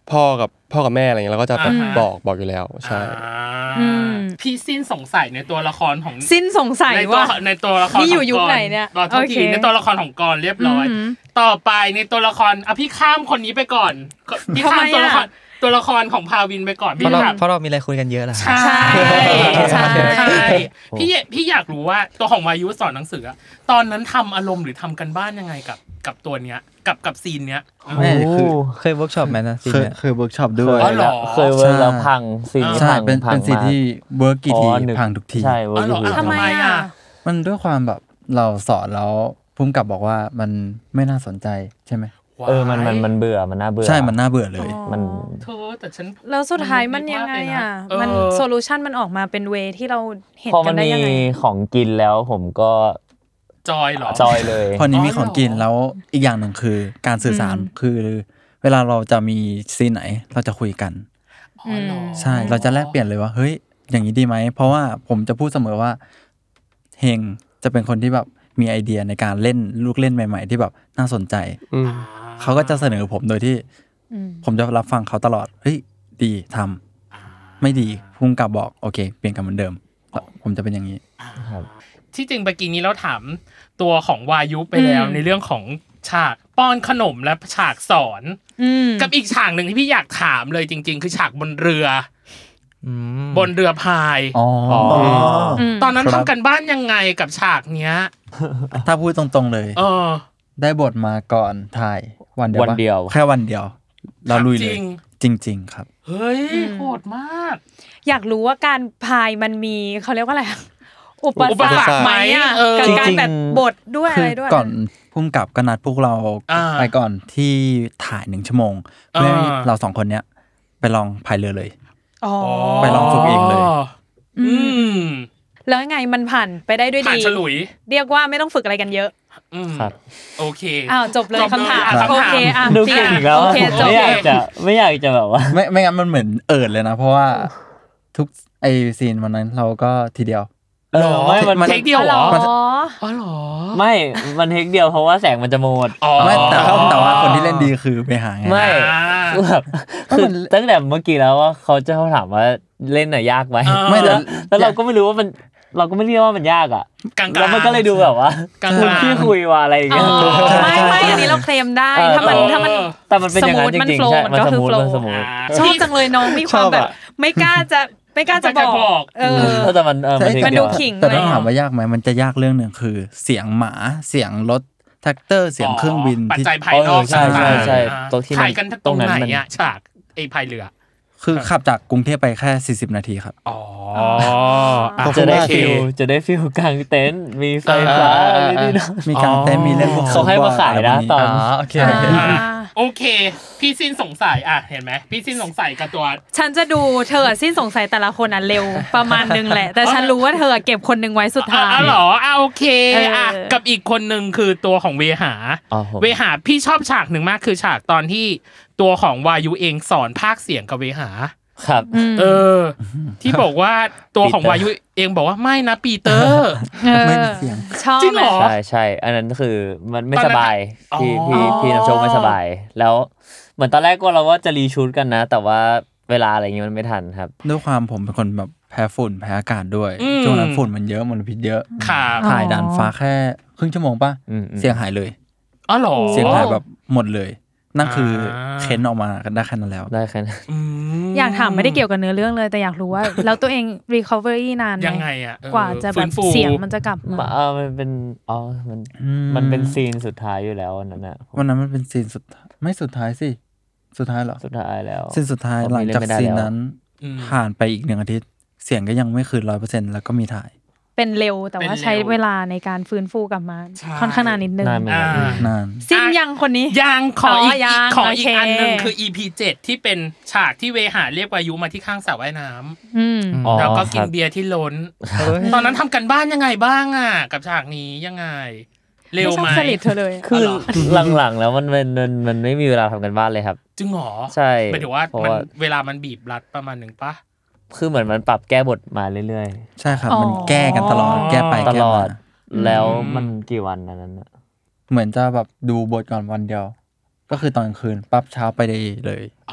พ่อกับพ่อกับแม่อะไรเงี้ยเราก็จะแบบบอกบอกอยู่แล้วใช่พี่สิ้นสงสัยในตัวละครของสิ้นสงสัยว่าในตัวละครนี่อยู่ยุคไหนเนี่ยโอเคในตัวละครของกรเรียบร้อยต่อไปในตัวละครอ่ะพี่ข้ามคนนี้ไปก่อนพี่ข้ามตัวละครตัวละครของพาวินไปก่อนพี่ถามเพราะเรามีอะไรคุยกันเยอะแหละใช่ใช่ใช่พี่พี่อยากรู้ว่าตัวของวายุสอนหนังสือตอนนั้นทำอารมณ์หรือทำกันบ้านยังไงกับกับตัวเนี้ยกับกับซีนเนี้ยไม่คือเคยเวิร์กช็อปไหมนะซีนเนี้ยเคยเวิร์กช็อปด้วยเคยเวิร์กแล้วพังซีนใช่เป็นเป็นซีนที่เวิร์กกี่ทีพังทุกทีใช่เวิร์กทำไมอ่ะมันด้วยความแบบเราสอนแล้วพุ่มกับบอกว่ามันไม่น่าสนใจใช่ไหมเออมันมันมันเบื่อมันน่าเบื่อใช่มันน่าเบื่อเลยมันเธอแต่ฉันแล้วสุดท้ายมันยังไงอ่ะมันโซลูชันมันออกมาเป็นเวที่เราเห็นกันได้ยังไงพอมันมีของกินแล้วผมก็จอยเหรอจอยเลยพอนี้มีของกินแล้วอีกอย่างหนึ่งคือการสื่อสารคือเวลาเราจะมีซีนไหนเราจะคุยกันใช่เราจะแลกเปลี่ยนเลยว่าเฮ้ยอย่างนี้ดีไหมเพราะว่าผมจะพูดเสมอว่าเฮงจะเป็นคนที่แบบมีไอเดียในการเล่นลูกเล่นใหม่ๆที่แบบน่าสนใจเขาก็จะเสนอผมโดยที่ผมจะรับฟังเขาตลอดเฮ้ยดีทำไม่ดีพุ่งกลับบอกโอเคเปลี่ยนกันเหมือนเดิมผมจะเป็นอย่างนี้ที่จริงเมื่อกี้นี้เราถามตัวของวายุไปแล้วในเรื่องของฉากป้อนขนมและฉากสอนกับอีกฉากหนึ่งที่พี่อยากถามเลยจริงๆคือฉากบนเรือบนเรือพายตอนนั้นทำกันบ้านยังไงกับฉากเนี้ยถ้าพูดตรงๆเลยเออได้บทมาก่อนถ่ายวันเดียววันเดียวแค่วันเดียวเราลุยเลยจริงๆครับเฮ้ยโหดมากอยากรู้ว่าการพายมันมีเขาเรียกว่าอะไรอุปสรรคไหมอ่ะกับการแบบบทด้วยอะไรด้วยก่อนพุ่มกับก็นัดพวกเราไปก่อนที่ถ่ายหนึ่งชั่วโมงเพื่อให้เราสองคนเนี้ยไปลองพายเรือเลยไปลองฝึกเองเลยอืมแล้วไงมันผ่านไปได้ด้วยดีผ่านฉลุยเรียกว่าไม่ต้องฝึกอะไรกันเยอะครับโอเคอ้าวจบเลยคำถามโอเคอ่ะดูเก่งแล้วโอเคจบไม่อยากจะไม่อยากจะแบบว่าไม่ไม่งั้นมันเหมือนเอิดเลยนะเพราะว่าทุกไอซีนวันนั้นเราก็ทีเดียวเออไม่มันเทคเดียวเหรออ๋อเหรอไม่มันเทคเดียวเพราะว่าแสงมันจะหมดไม่แต่แต่ว่าคนที่เล่นดีคือไปหาไงไม่แบบคือตั้งแต่เมื่อกี้แล้วว่าเขาจะเขาถามว่าเล่นน่ะยากไหมไม่แล้วแล้วเราก็ไม่รู้ว่ามันเราก็ไม่เรียกว่ามันยากอ่ะแล้วมันก็เลยดูแบบว่าคุณพี่คุยว่าอะไรอย่างเงี้ยไม่ไม่อันนี้เราเคลมได้ถ้ามันถ้ามันแต่มันเป็นอย่างนั้นจริงๆใช่มันสมูทมันสมูทชอบจังเลยน้องมีความแบบไม่กล้าจะไม่กล้าจะบอกเออแต่มันเออมันดูขิงแต่ต้องถามว่ายากไหมมันจะยากเรื่องนึงคือเสียงหมาเสียงรถแท็กเตอร์เสียงเครื่องบินปัจจัยภายนอกใช่ใช่ๆตรงที่ถ่ายกันตรงไหนอ่ะฉากไอ้พายเรือคือขับจากกรุงเทพไปแค่สี่สิบนาทีครับอ๋อจะได้ฟิลจะได้ฟิลกลางเต็นท์มีไฟฟ้าอะไรนี่เนาะมีกลางเต็นท์มีเล่นพวกเขาให้มาขายนะตอนโอเคโอเคพี่สิ้นสงสัยอ่ะเห็นไหมพี่สิ้นสงสัยกับตัวฉันจะดูเธอสิ้นสงสัยแต่ละคนอ่ะเร็วประมาณนึงแหละแต่ฉันรู้ว่าเธอเก็บคนนึงไว้สุดท้ายอ๋อเหรออ่ะโอเคอ่ะกับอีกคนนึงคือตัวของเวหาเวหาพี่ชอบฉากหนึ่งมากคือฉากตอนที่ตัวของวายุเองสอนภาคเสียงกับเวหาครับเออที่บอกว่าตัวของวายุเองบอกว่าไม่นะปีเตอร์ไม่มีเสียงชอบจริงเหรอใช่ใช่อันนั้นคือมันไม่สบายพี่พี่พี่น้ำโชคไม่สบายแล้วเหมือนตอนแรกก็เราว่าจะรีชูตกันนะแต่ว่าเวลาอะไรเงี้ยมันไม่ทันครับด้วยความผมเป็นคนแบบแพ้ฝุ่นแพ้อากาศด้วยช่วงนั้นฝุ่นมันเยอะมลพิษเยอะถ่ายดันฟ้าแค่ครึ่งชั่วโมงป่ะเสียงหายเลยอ๋อเหรอเสียงหายแบบหมดเลยนั่นคือเค้นออกมาได้แค่นั้นแล้วได้แค่นั้นอยากถามไม่ได้เกี่ยวกับเนื้อเรื่องเลยแต่อยากรู้ว่าแล้วตัวเอง recovery นานไหมยังไงอ่ะกว่าจะแบบเสียงมันจะกลับมาเออมันเป็นอ๋อมันมันเป็นซีนสุดท้ายอยู่แล้วนั่นน่ะวันนั้นมันเป็นซีนสุดไม่สุดท้ายสิสุดท้ายเหรอสุดท้ายแล้วซีนสุดท้ายหลังจากซีนนั้นผ่านไปอีกหนึ่งอาทิตย์เสียงก็ยังไม่คืน ร้อยเปอร์เซ็นต์ แล้วก็มีถ่ายเป็นเร็วแต่ว่าใช้เวลาในการฟื้นฟูกลับมาค่อนข้างนานนิดนึงนานสิ้นยังคนนี้ยังขออีกขออีกอันนึงคือ อี พี เจ็ดที่เป็นฉากที่เวหาเรียกวายุมาที่ข้างสระว่ายน้ำแล้วก็กินเบียร์ที่ล้นตอนนั้นทำกันบ้านยังไงบ้างอ่ะกับฉากนี้ยังไงเร็วไหมสลิดเธอเลยคือหลังๆแล้วมันมันมันไม่มีเวลาทำกันบ้านเลยครับจริงเหรอใช่หมายถึงว่ามันเวลามันบีบรัดประมาณนึงปะคือเหมือนมันปรับแก้บทมาเรื่อยๆใช่ครับมันแก้กันตลอดแก้ไปตลอดแล้วมันกี่วันนั้นน่ะเหมือนจะแบบดูบทก่อนวันเดียวก็คือตอนกลางคืนปั๊บเช้าไปได้เลย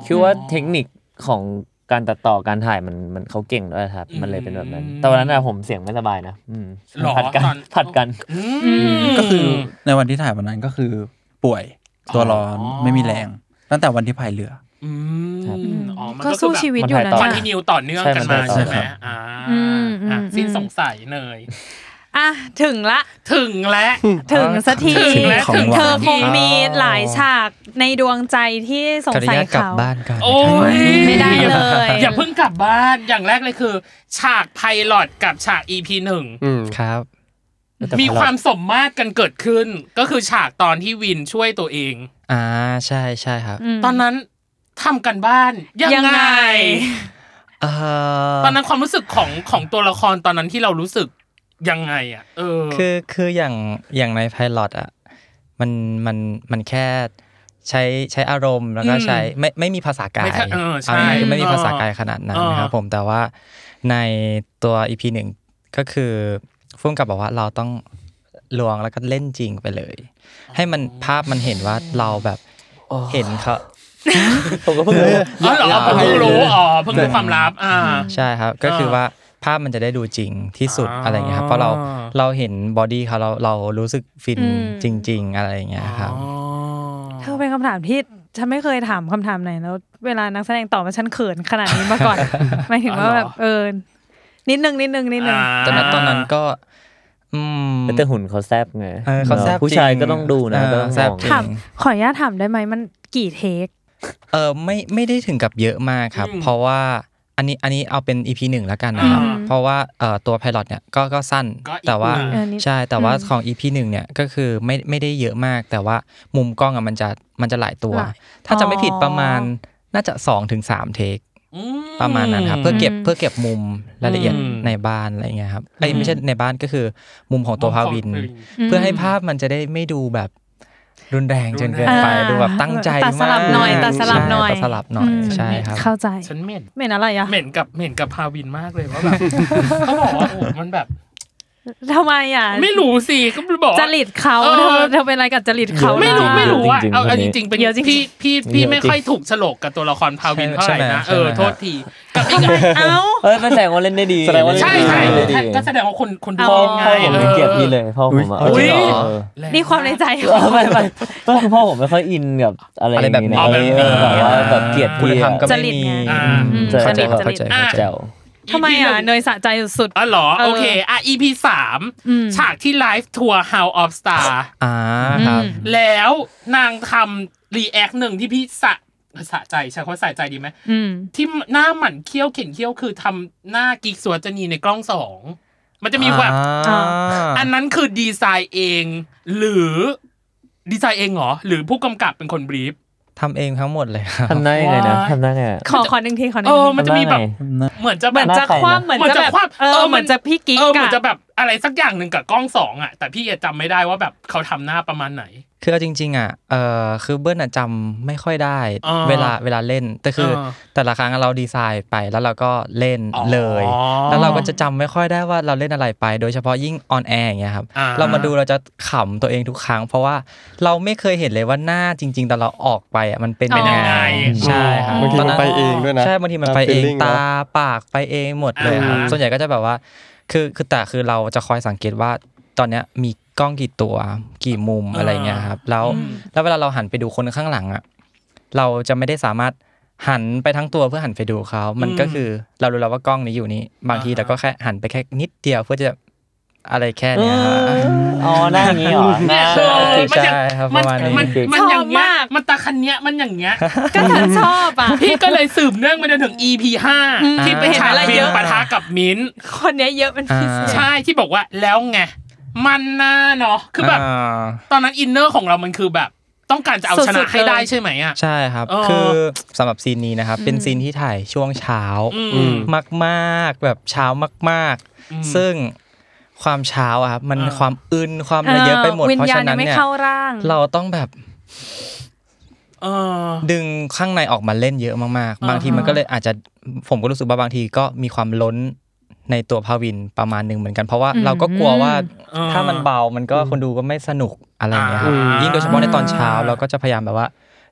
คือว่าเทคนิคของการตัดต่อการถ่ายมันมันเขาเก่งด้วยครับมันเลยเป็นแบบนั้นตอนนั้นน่ะผมเสียงไม่สบายนะอืมผัดกันผัดกันก็คือในวันที่ถ่ายวันนั้นก็คือป่วยตัวร้อนไม่มีแรงตั้งแต่วันที่พายเรืออ๋อมันก็ก็สู้ชีวิตอยู่นะคอนทินิวต่อเนื่องกันมาใช่ไหมอ่าสิ้นสงสัยเนยอ่ะถึงละถึงแล้วถึงสักทีถึงแล้วเธอคงมีหลายฉากในดวงใจที่สงสัยเขาโอ้ยไม่ได้เลยอย่าเพิ่งกลับบ้านอย่างแรกเลยคือฉากไพลอตกับฉาก อี พี หนึ่งครับมีความสมมาตรกันเกิดขึ้นก็คือฉากตอนที่วินช่วยตัวเองอ่าใช่ใช่ครับตอนนั้นทำกันบ้านยังไงตอนนั้นความรู้สึกของของตัวละครตอนนั้นที่เรารู้สึกยังไงอ่ะเออคือคืออย่างอย่างในไพลอตอ่ะมันมันมันแค่ใช้ใช้อารมณ์แล้วก็ใช้ไม่ไม่มีภาษากายใช่คือไม่มีภาษากายขนาดนั้นนะครับผมแต่ว่าในตัว อี พี หนึ่งก็คือพุ่งกับบอกว่าเราต้องลวงแล้วก็เล่นจริงไปเลยให้มันภาพมันเห็นว่าเราแบบเห็นเขาผมก็เพิ่งรู้อ๋อเหรอผมเพิ่งรู้อ๋อเพิ่งรู้ความลับอ่าใช่ครับก็คือว่าภาพมันจะได้ดูจริงที่สุดอะไรอย่างเงี้ยครับเพราะเราเราเห็นบอดี้เขาเราเรารู้สึกฟินจริงๆอะไรอย่างเงี้ยครับเธอเป็นคำถามที่ฉันไม่เคยถามคำถามไหนแล้วเวลานักแสดงตอบมาฉันเขินขนาดนี้มาก่อนหมายถึงว่าแบบเออนิดนึงนิดนึงนิดนึงแต่ณตอนนั้นก็อืมแต่หุ่นเขาแซ่บไงเขาแซ่บผู้ชายก็ต้องดูนะก็ต้องมองถามขออนุญาตถามได้ไหมมันกี่เทคเออไม่ไม่ได้ถึงกับเยอะมากครับเพราะว่าอันนี้อันนี้เอาเป็น อี พี หนึ่งแล้วกันนะครับเพราะว่าเอ่อตัวไพลอตเนี่ยก็ก็สั้นแต่ว่าใช่แต่ว่าของ อี พี หนึ่งเนี่ยก็คือไม่ไม่ได้เยอะมากแต่ว่ามุมกล้องอ่ะมันจะมันจะหลายตัวถ้าจะไม่ผิดประมาณน่าจะ สองถึงสาม เทคประมาณนั้นครับเพื่อเก็บเพื่อเก็บมุมรายละเอียดในบ้านอะไรเงี้ยครับไอ้ไม่ใช่ในบ้านก็คือมุมของตัวพาวินเพื่อให้ภาพมันจะได้ไม่ดูแบบรุนแรงจนเกินไปดูแบบตั้งใจมากตัดสลับหน่อยตัดสลับหน่อยตัดสลับหน่อยใช่ครับเข้าใจฉันเหม็นเหม็นอะไรอ่ะเหม็นกับเหม็นกับพาวินมากเลยว่าแบบเขาบอกว่าโอ้มันแบบทำไมอ่ะไม่รู้สิก็บอกจริตเขาเธอเธอเป็นอะไรกับจริตเขาไม่รู้ไม่รู้อ่ะเอาจริงๆเป็นพี่พี่พี่ไม่ค่อยถูกฉลกกับตัวละครพาวินเท่าไหร่นะเออโทษทีกับอีกเอ้าเออแสดงว่าเล่นได้ดีแสดงว่าใช่ใช่ก็แสดงว่าคนคนดูง่ายผมเกลียดพี่เลยพ่อผมอ่ะนี่ความในใจไม่ไม่ก็คือพ่อผมไม่ค่อยอินกับอะไรแบบนี้แบบว่าแบบเกลียดพี่จริตไงจริตจริตเจ้าทำไมอ่ะเนยสะใจสุดอ๋อเหรอโอเคอ่ะ อี พี สามฉากที่ไลฟ์ทัวร์ House of Star อ่าครับแล้วนางทำรีแอคหนึ่งที่พี่สะสะใจใช่เขาสะใจดีไหมที่หน้าหมั่นเคี้ยวเข็นเคี้ยวคือทำหน้ากิ๊กสวจนีในกล้องสองมันจะมีแบบอันนั้นคือดีไซน์เองหรือดีไซน์เองเหรอหรือผู้กำกับเป็นคนบรีฟทำเองทั้งหมดเลยครับทำได้ไงนะทำได้ไงขอขอหนึ่งทีขอหนึ่งทีเออมันจะมีแบบเหมือนจะแบบเหมือนจะคว่ำเหมือนจะแบบเออเหมือนจะพี่กิ๊กเออเหมือนจะแบบอะไรสักอย่างหนึ่งกับกล้องสองอ่ะแต่พี่จำไม่ได้ว่าแบบเขาทำหน้าประมาณไหนคือจริงๆอ่ะเออคือเบิ้ลอ่ะจำไม่ค่อยได้เวลาเวลาเล่นแต่คือแต่ละครั้งเราดีไซน์ไปแล้วเราก็เล่นเลยแล้วเราก็จะจำไม่ค่อยได้ว่าเราเล่นอะไรไปโดยเฉพาะยิ่งออนแอร์อย่างเงี้ยครับเรามาดูเราจะขำตัวเองทุกครั้งเพราะว่าเราไม่เคยเห็นเลยว่าหน้าจริงๆตอนเราออกไปอ่ะมันเป็นยังไงใช่ครับบางทีมันไปเองด้วยนะใช่บางทีมันไปเองตาปากไปเองหมดเลยครับส่วนใหญ่ก็จะแบบว่าคือคือแต่คือเราจะคอยสังเกตว่าตอนเนี้ยมีกล้องกี่ตัวกี่มุมอะไรเงี้ยครับแล้วแล้วเวลาเราหันไปดูคนข้างหลังอ่ะเราจะไม่ได้สามารถหันไปทั้งตัวเพื่อหันไปดูเขามันก็คือเรารู้แล้วว่ากล้องนี้อยู่นี่บางทีเราก็แค่หันไปแค่นิดเดียวเพื่อจะอะไรแค่เนี้ยอ๋อหน้าอย่างงี้เหรอหน้าใช่ครับประมาณนี้มันอย่างเงี้ยมันตาคันเนี้ยมันอย่างเงี้ยก็ฉันชอบอ่ะพี่ก็เลยสืบเนื่องมาจนถึง อี พี ห้าที่เป็นฉากเบนปะทะกับมิ้นคนเนี้ยเยอะเป็นพิเศษใช่ที่บอกว่าแล้วไงมันน่าเนาะคือแบบตอนนั้นอินเนอร์ของเรามันคือแบบต้องการจะเอาชนะให้ได้ใช่ไหมอ่ะใช่ครับคือสำหรับซีนนี้นะครับเป็นซีนที่ถ่ายช่วงเช้ามากๆแบบเช้ามากๆซึ่งความเช้าอะครับมันความอึนความอะไรเยอะไปหมดเพราะฉะนั้นเนี่ยเราต้องแบบดึงข้างในออกมาเล่นเยอะมากๆบางทีมันก็เลยอาจจะผมก็รู้สึกว่าบางทีก็มีความล้นในตัวพาวินประมาณนึงเหมือนกันเพราะว่าเราก็กลัวว่าถ้ามันเบามันก็คนดูก็ไม่สนุกอะไรอย่างเงี้ยครับยิ่งโดยเฉพาะในตอนเช้าเราก็จะพยายามแบบว่า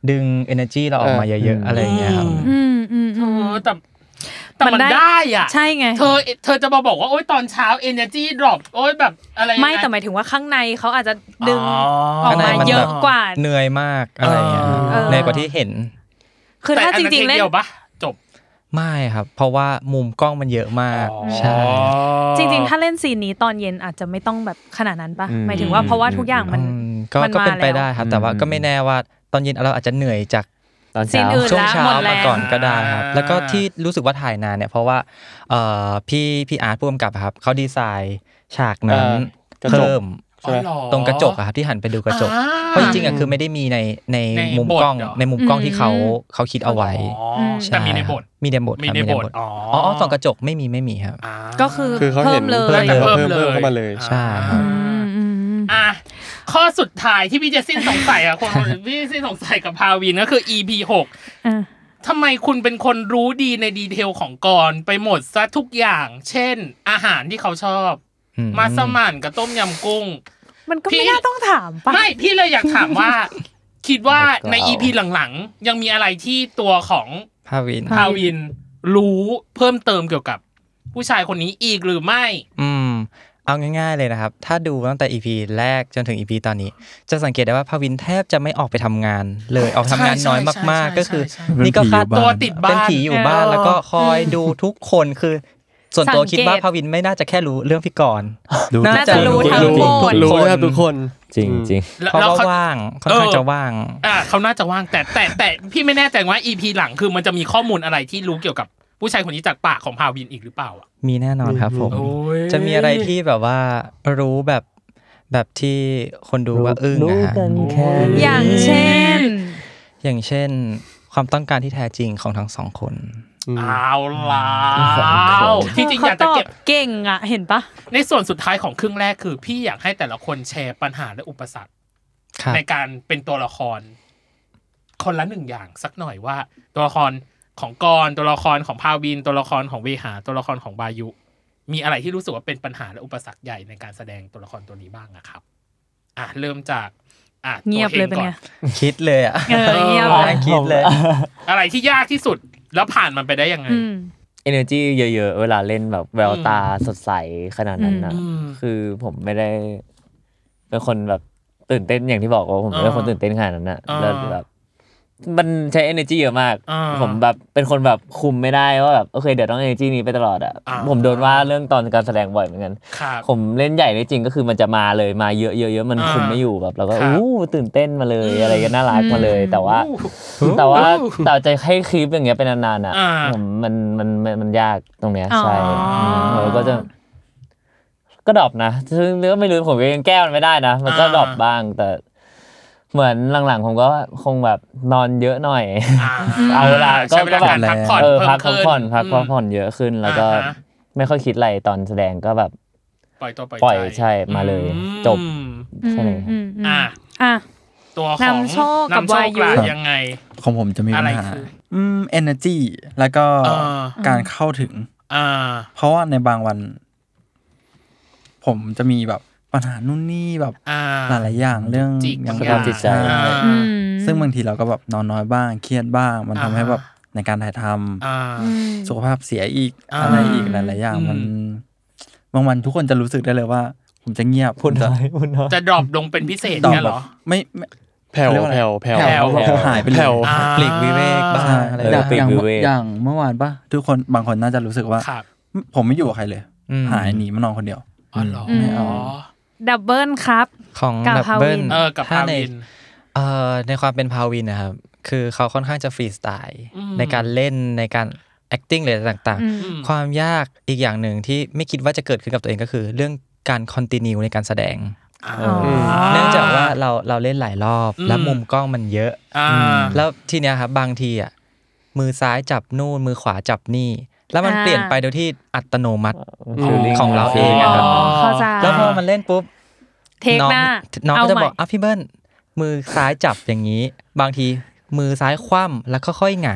ดึง energy เราออกมาเยอะๆอะไรอย่างเงี้ยครับอืมอืมอืมแต่แต่มันได้อ่ะใช่ไงเธอเธอจะมาบอกว่าโอ๊ยตอนเช้า energy drop โอ๊ยแบบอะไรไม่แต่หมายถึงว่าข้างในเขาอาจจะดึงออกมาเยอะกว่าเหนื่อยมากอะไรอย่างเงี้ยเหนื่อยกว่าที่เห็นคือถ้าจริงๆเล่นเดียวปะจบไม่ครับเพราะว่ามุมกล้องมันเยอะมากใช่จริงๆถ้าเล่นซีนนี้ตอนเย็นอาจจะไม่ต้องแบบขนาดนั้นปะหมายถึงว่าเพราะว่าทุกอย่างมันก็ก็เป็นไปได้ครับแต่ว่าก็ไม่แน่ว่าตอนเย็นเราอาจจะเหนื่อยจากตอนเช้าช่วงเช้ามาก่อนก็ได้ครับแล้วก็ที่รู้สึกว่าถ่ายนานเนี่ยเพราะว่าเอ่อพี่พี่อาร์ตผู้กำกับครับเขาดีไซน์ฉากนั้นเพิ่มตรงกระจกอะครับที่หันไปดูกระจกเพราะจริงๆอะคือไม่ได้มีในในมุมกล้องในมุมกล้องที่เขาเขาคิดเอาไว้แต่มีในบทมีในบทมีในบทอ๋อส่องกระจกไม่มีไม่มีครับก็คือเพิ่มเลยเพิ่มเพิ่มเข้ามาเลยใช่ครับอ่ะข้อสุดท้ายที่พี่จะสิ้นสงสัยอ่ะคนพี่สิ้นสงสัยกับพาวินก็คือ อี พี หกทำไมคุณเป็นคนรู้ดีในดีเทลของกรไปหมดซะทุกอย่างเช่นอาหารที่เขาชอบมัสมั่นกับต้มยำกุ้งมันก็ไม่น่าต้องถามป่ะไม่พี่เลยอยากถามว่าคิดว่าใน อี พี หลังๆยังมีอะไรที่ตัวของพาวินพาวินรู้เพิ่มเติมเกี่ยวกับผู้ชายคนนี้อีกหรือไม่อืมเอาง่ายๆเลยนะครับถ้าดูตั้งแต่ อี พี แรกจนถึง อี พี ตอนนี้จะสังเกตได้ว่าพาวินแทบจะไม่ออกไปทำงานเลยออกทำงานน้อยมากๆก็คือนี่ก็คาดตัวติดบ้านเป็นผีอยู่บ้านแล้วก็คอยดูทุกคนคือส่วนตัวคิดว่าพาวินไม่น่าจะแค่รู้เรื่องพี่กรณ์น่าจะรู้ทั้งหมดรู้แทบทุกคนจริงๆเพราะว่าว่างค่อนข้างจะว่างอ่าเขาน่าจะว่างแต่แต่แต่พี่ไม่แน่ใจว่า อี พี หลังคือมันจะมีข้อมูลอะไรที่รู้เกี่ยวกับผู้ชายคนนี้จากปากของพาวินอีกหรือเปล่าอ่ะมีแน่นอนครับผมจะมีอะไรที่แบบว่ารู้แบบแบบที่คนดูว่าอึ้งนะฮะอย่างเช่นอย่างเช่นความต้องการที่แท้จริงของทั้งสองคนเอาแล้วที่จริงอยากจะเก็บเก่งอ่ะเห็นปะในส่วนสุดท้ายของครึ่งแรกคือพี่อยากให้แต่ละคนแชร์ปัญหาและอุปสรรคในการเป็นตัวละครคนละหนึ่งอย่างสักหน่อยว่าตัวละครของกรตัวละครของพาวินตัวละครของเวหาตัวละครของบายุมีอะไรที่รู้สึกว่าเป็นปัญหาและอุปสรรคใหญ่ในการแสดงตัวละครตัวนี้บ้างอะครับอ่ะเริ่มจากอ่ะเงียบเลยเป็นไงคิดเลยอ่ะเออเงียบคิดเลยอะไรที่ยากที่สุดแล้วผ่านมันไปได้ยังไง energy เยอะๆเวลาเล่นแบบแววตาสดใสขนาดนั้นนะคือผมไม่ได้เป็นคนแบบตื่นเต้นอย่างที่บอกว่าผมไม่ใช่คนตื่นเต้นขนาดนั้นนะแล้วแบบมันใช้ energy เยอะมากผมแบบเป็นคนแบบคุมไม่ได้ว่าแบบโอเคเดี๋ยวต้อง energy นี้ไปตลอดอ่ะผมโดนว่าเรื่องตอนการแสดงบ่อยเหมือนกันผมเล่นใหญ่ได้จริงก็คือมันจะมาเลยมาเยอะๆๆมันคุมไม่อยู่แบบเราก็อู้ตื่นเต้นมาเลยอะไรก็น่ารักมาเลยแต่ว่าแต่ว่าแต่จะให้คลิปอย่างเงี้ยเป็นนานๆอ่ะผมมันมันมันยากตรงเนี้ยใช่แล้วก็จะก็ดรอปนะซึ่งก็ไม่รู้ผมยังแก้มันไม่ได้นะมันก็ดรอปบ้างแต่เหมือนหลังๆผมก็คงแบบนอนเยอะหน่อยเอาเวลาก็แบบเออพักผ่อนพักผ่อนเยอะขึ้นแล้วก็ไม่ค่อยคิดอะไรตอนแสดงก็แบบปล่อยตัวปล่อยใช่มาเลยจบแค่นี้อ่ะอ่ะตัวของนำโชคกับวายุยังไงของผมจะมีปัญหาอืม energy แล้วก็การเข้าถึงอ่าเพราะว่าในบางวันผมจะมีแบบปัญหานู่นนี่แบบหลายๆอย่างเรื่องอย่างสภาพจิตใจซึ่งบางทีเราก็แบบนอนน้อยบ้างเครียดบ้างมันทำให้แบบในการถ่ายทำสุขภาพเสียอีกอะไรอีกหลายๆอย่างมันบางวันทุกคนจะรู้สึกได้เลยว่าผมจะเงียบพูดน้อยพูดน้อยจะดรอปลงเป็นพิเศษเนี่ยหรอไม่แผ่วแผ่วแผ่วหายไปเลยปลีกวิเวกบ้างอะไรอย่างอย่างเมื่อวานป่ะทุกคนบางคนน่าจะรู้สึกว่าผมไม่อยู่กับใครเลยหายหนีมานอนคนเดียวอ๋อเหรออ๋อดับเบิลครับของดับเบิลเออกับพาวินเอ่อในความเป็นพาวินนะครับคือเขาค่อนข้างจะฟรีสไตล์ในการเล่นในการ acting อะไรต่างๆความยากอีกอย่างหนึ่งที่ไม่คิดว่าจะเกิดขึ้นกับตัวเองก็คือเรื่องการคอนติเนียในการแสดงเนื่องจากว่าเราเราเล่นหลายรอบแล้วมุมกล้องมันเยอะแล้วทีเนี้ยครับบางทีอ่ะมือซ้ายจับนู่นมือขวาจับนี่แล้วมันเปลี่ยนไปโดยที่อัตโนมัติของเราเองอะครับแล้วพอมันเล่นปุ๊บเทคหน้าน้องก็จะบอกอ่ะพี่เบิ้ลมือซ้ายจับอย่างนี้บางทีมือซ้ายคว่ำแล้วก็ค่อยหงาย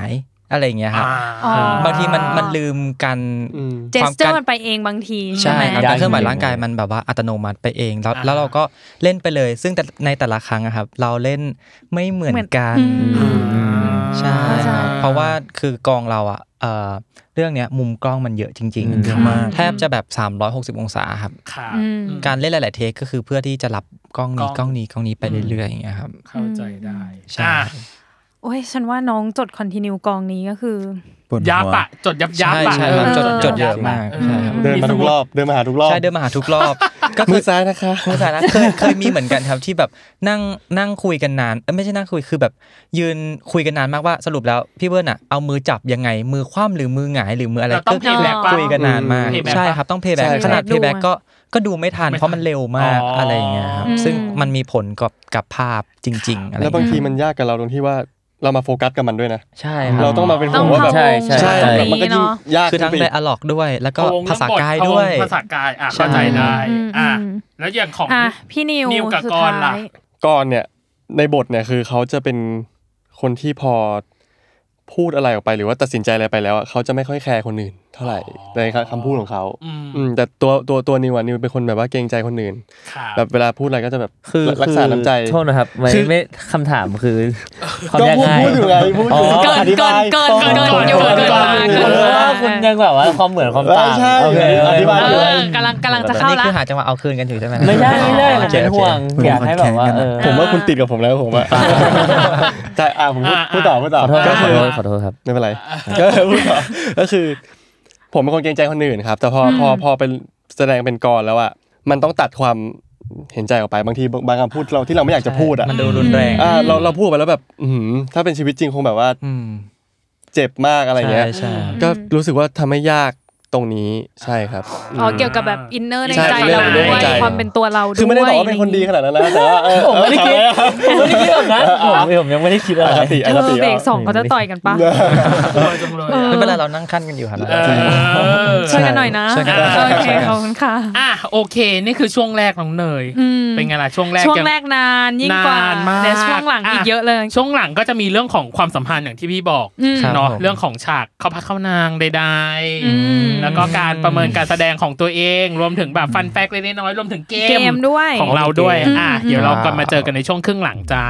อะไรอย่างเงี้ยครับบางทีมันมันลืมกันเจสเจอร์มันไปเองบางทีใช่ครับการเคลื่อนไหวร่างกายมันแบบว่าอัตโนมัติไปเองแล้วแล้วเราก็เล่นไปเลยซึ่งแต่ในแต่ละครั้งครับเราเล่นไม่เหมือนกันใช่ครับเพราะว่าคือกองเราอ่ะเอ่อเรื่องเนี้ยมุมกล้องมันเยอะจริงๆแทบจะแบบสามร้อยหกสิบองศาครับการเล่นหลายๆเทคก็คือเพื่อที่จะรับกล้องนี้กล้องนี้กล้องนี้ไปเรื่อยๆอย่างเงี้ยครับเข้าใจได้ใช่โอ้ยฉันว่าน้องจดคอนทินิวกองนี้ก็คือยับอะจดยับยับอะใช่ครับจดจดเยอะมากใช่ครับเดินมาทุกรอบเดินมาหาทุกรอบใช่เดินมาหาทุกรอบก็มือซ้ายนะคะมือซ้ายนะเคยเคยมีเหมือนกันครับที่แบบนั่งนั่งคุยกันนานเอ้ยไม่ใช่นั่งคุยคือแบบยืนคุยกันนานมากว่าสรุปแล้วพี่เบิ้ลอะเอามือจับยังไงมือคว่ำหรือมือหงายหรือมืออะไรก็คุยกันนานมากใช่ครับต้องเพย์แบ็คขนาดเพย์แบ็คก็ก็ดูไม่ทันเพราะมันเร็วมากอะไรอย่างเงี้ยครับซึ่งมันมีผลกับกับภาพจริงๆอะไรแล้วบางทีมันยากกับเราตรงที่ว่าเรามาโฟกัสกับมันด้วยนะใช่เราต้องมาเป็นห่วงว่าแบบใช่ใช่มันก็ยิ่งยากคือทั้งไดอะล็อกด้วยแล้วก็ภาษากายด้วยภาษากายอ่ะเข้าใจได้อ่ะแล้วอย่างของพี่นิวนิวกับกรล่ะกรเนี่ยในบทเนี่ยคือเขาจะเป็นคนที่พอพูดอะไรออกไปหรือว่าตัดสินใจอะไรไปแล้วเขาจะไม่ค่อยแคร์คนอื่นเท่าไหร่ในคำพูดของเขาแต่ตัวตัวตัวนิวนิวเป็นคนแบบว่าเกรงใจคนอื่นแบบเวลาพูดอะไรก็จะแบบรักษาน้ำใจโทษนะครับไม่ไม่คำถามคือก็พูดพูดอยู่ไงพูดอยู่อธิบายเกินเกินเกินอยู่เกินเกินว่าคุณยังแบบว่าความเหมือนความต่างโอเคอธิบายอยู่กำลังกำลังจะเข้าละนี่คือหาจังหวะเอาคืนกันอยู่ใช่ไหมไม่ใช่ไม่ใช่เป็นห่วงอยากให้แบบว่าผมว่าคุณติดกับผมแล้วผมว่าใช่อ่าผมพูดต่อพูดต่อก็คือขอโทษครับไม่เป็นไรก็พูดต่อก็คือผมเป็นคนเกรงใจคนอื่นครับแต่พอพอพอเป็นแสดงเป็นกรแล้วอ่ะมันต้องตัดความเห็นใจออกไปบางทีบางคำพูดเราที่เราไม่อยากจะพูดอ่ะมันดูรุนแรงอ่าเราเราพูดไปแล้วแบบอือถ้าเป็นชีวิตจริงคงแบบว่าเจ็บมากอะไรเงี้ยก็รู้สึกว่าทำให้ยากตรงนี้ใช่ครับอ๋อเกี่ยวกับแบบอินเนอร์ในใจเราด้วยความเป็นตัวเราด้วยคือไม่ได้บอกว่าเป็นคนดีขนาดนั้นนะแต่ว่าผมไม่ได้คิดผมไม่ได้คิดแบบนั้นผมผมยังไม่ได้คิดอะไรปกติเออเบรกสองเขาจะต่อยกันปะไม่เป็นไรเรานั่งขั้นกันอยู่ครับช่วยกันหน่อยนะโอเคขอบคุณค่ะอ่ะโอเคนี่คือช่วงแรกของเนยเป็นไงล่ะช่วงแรกช่วงแรกนานยิ่งกว่าแต่ช่วงหลังอีกเยอะเลยช่วงหลังก็จะมีเรื่องของความสัมพันธ์อย่างที่พี่บอกเนาะเรื่องของฉากเข้าพักเข้านางใดๆแล้วก็การประเมินการแสดงของตัวเองรวมถึงแบบฟันแฟกต์เล็กๆน้อยๆรวมถึงเกมด้วยของเราด้วยอ่ะเดี๋ยวเรากลับมาเจอกันในช่วงครึ่งหลังจ้า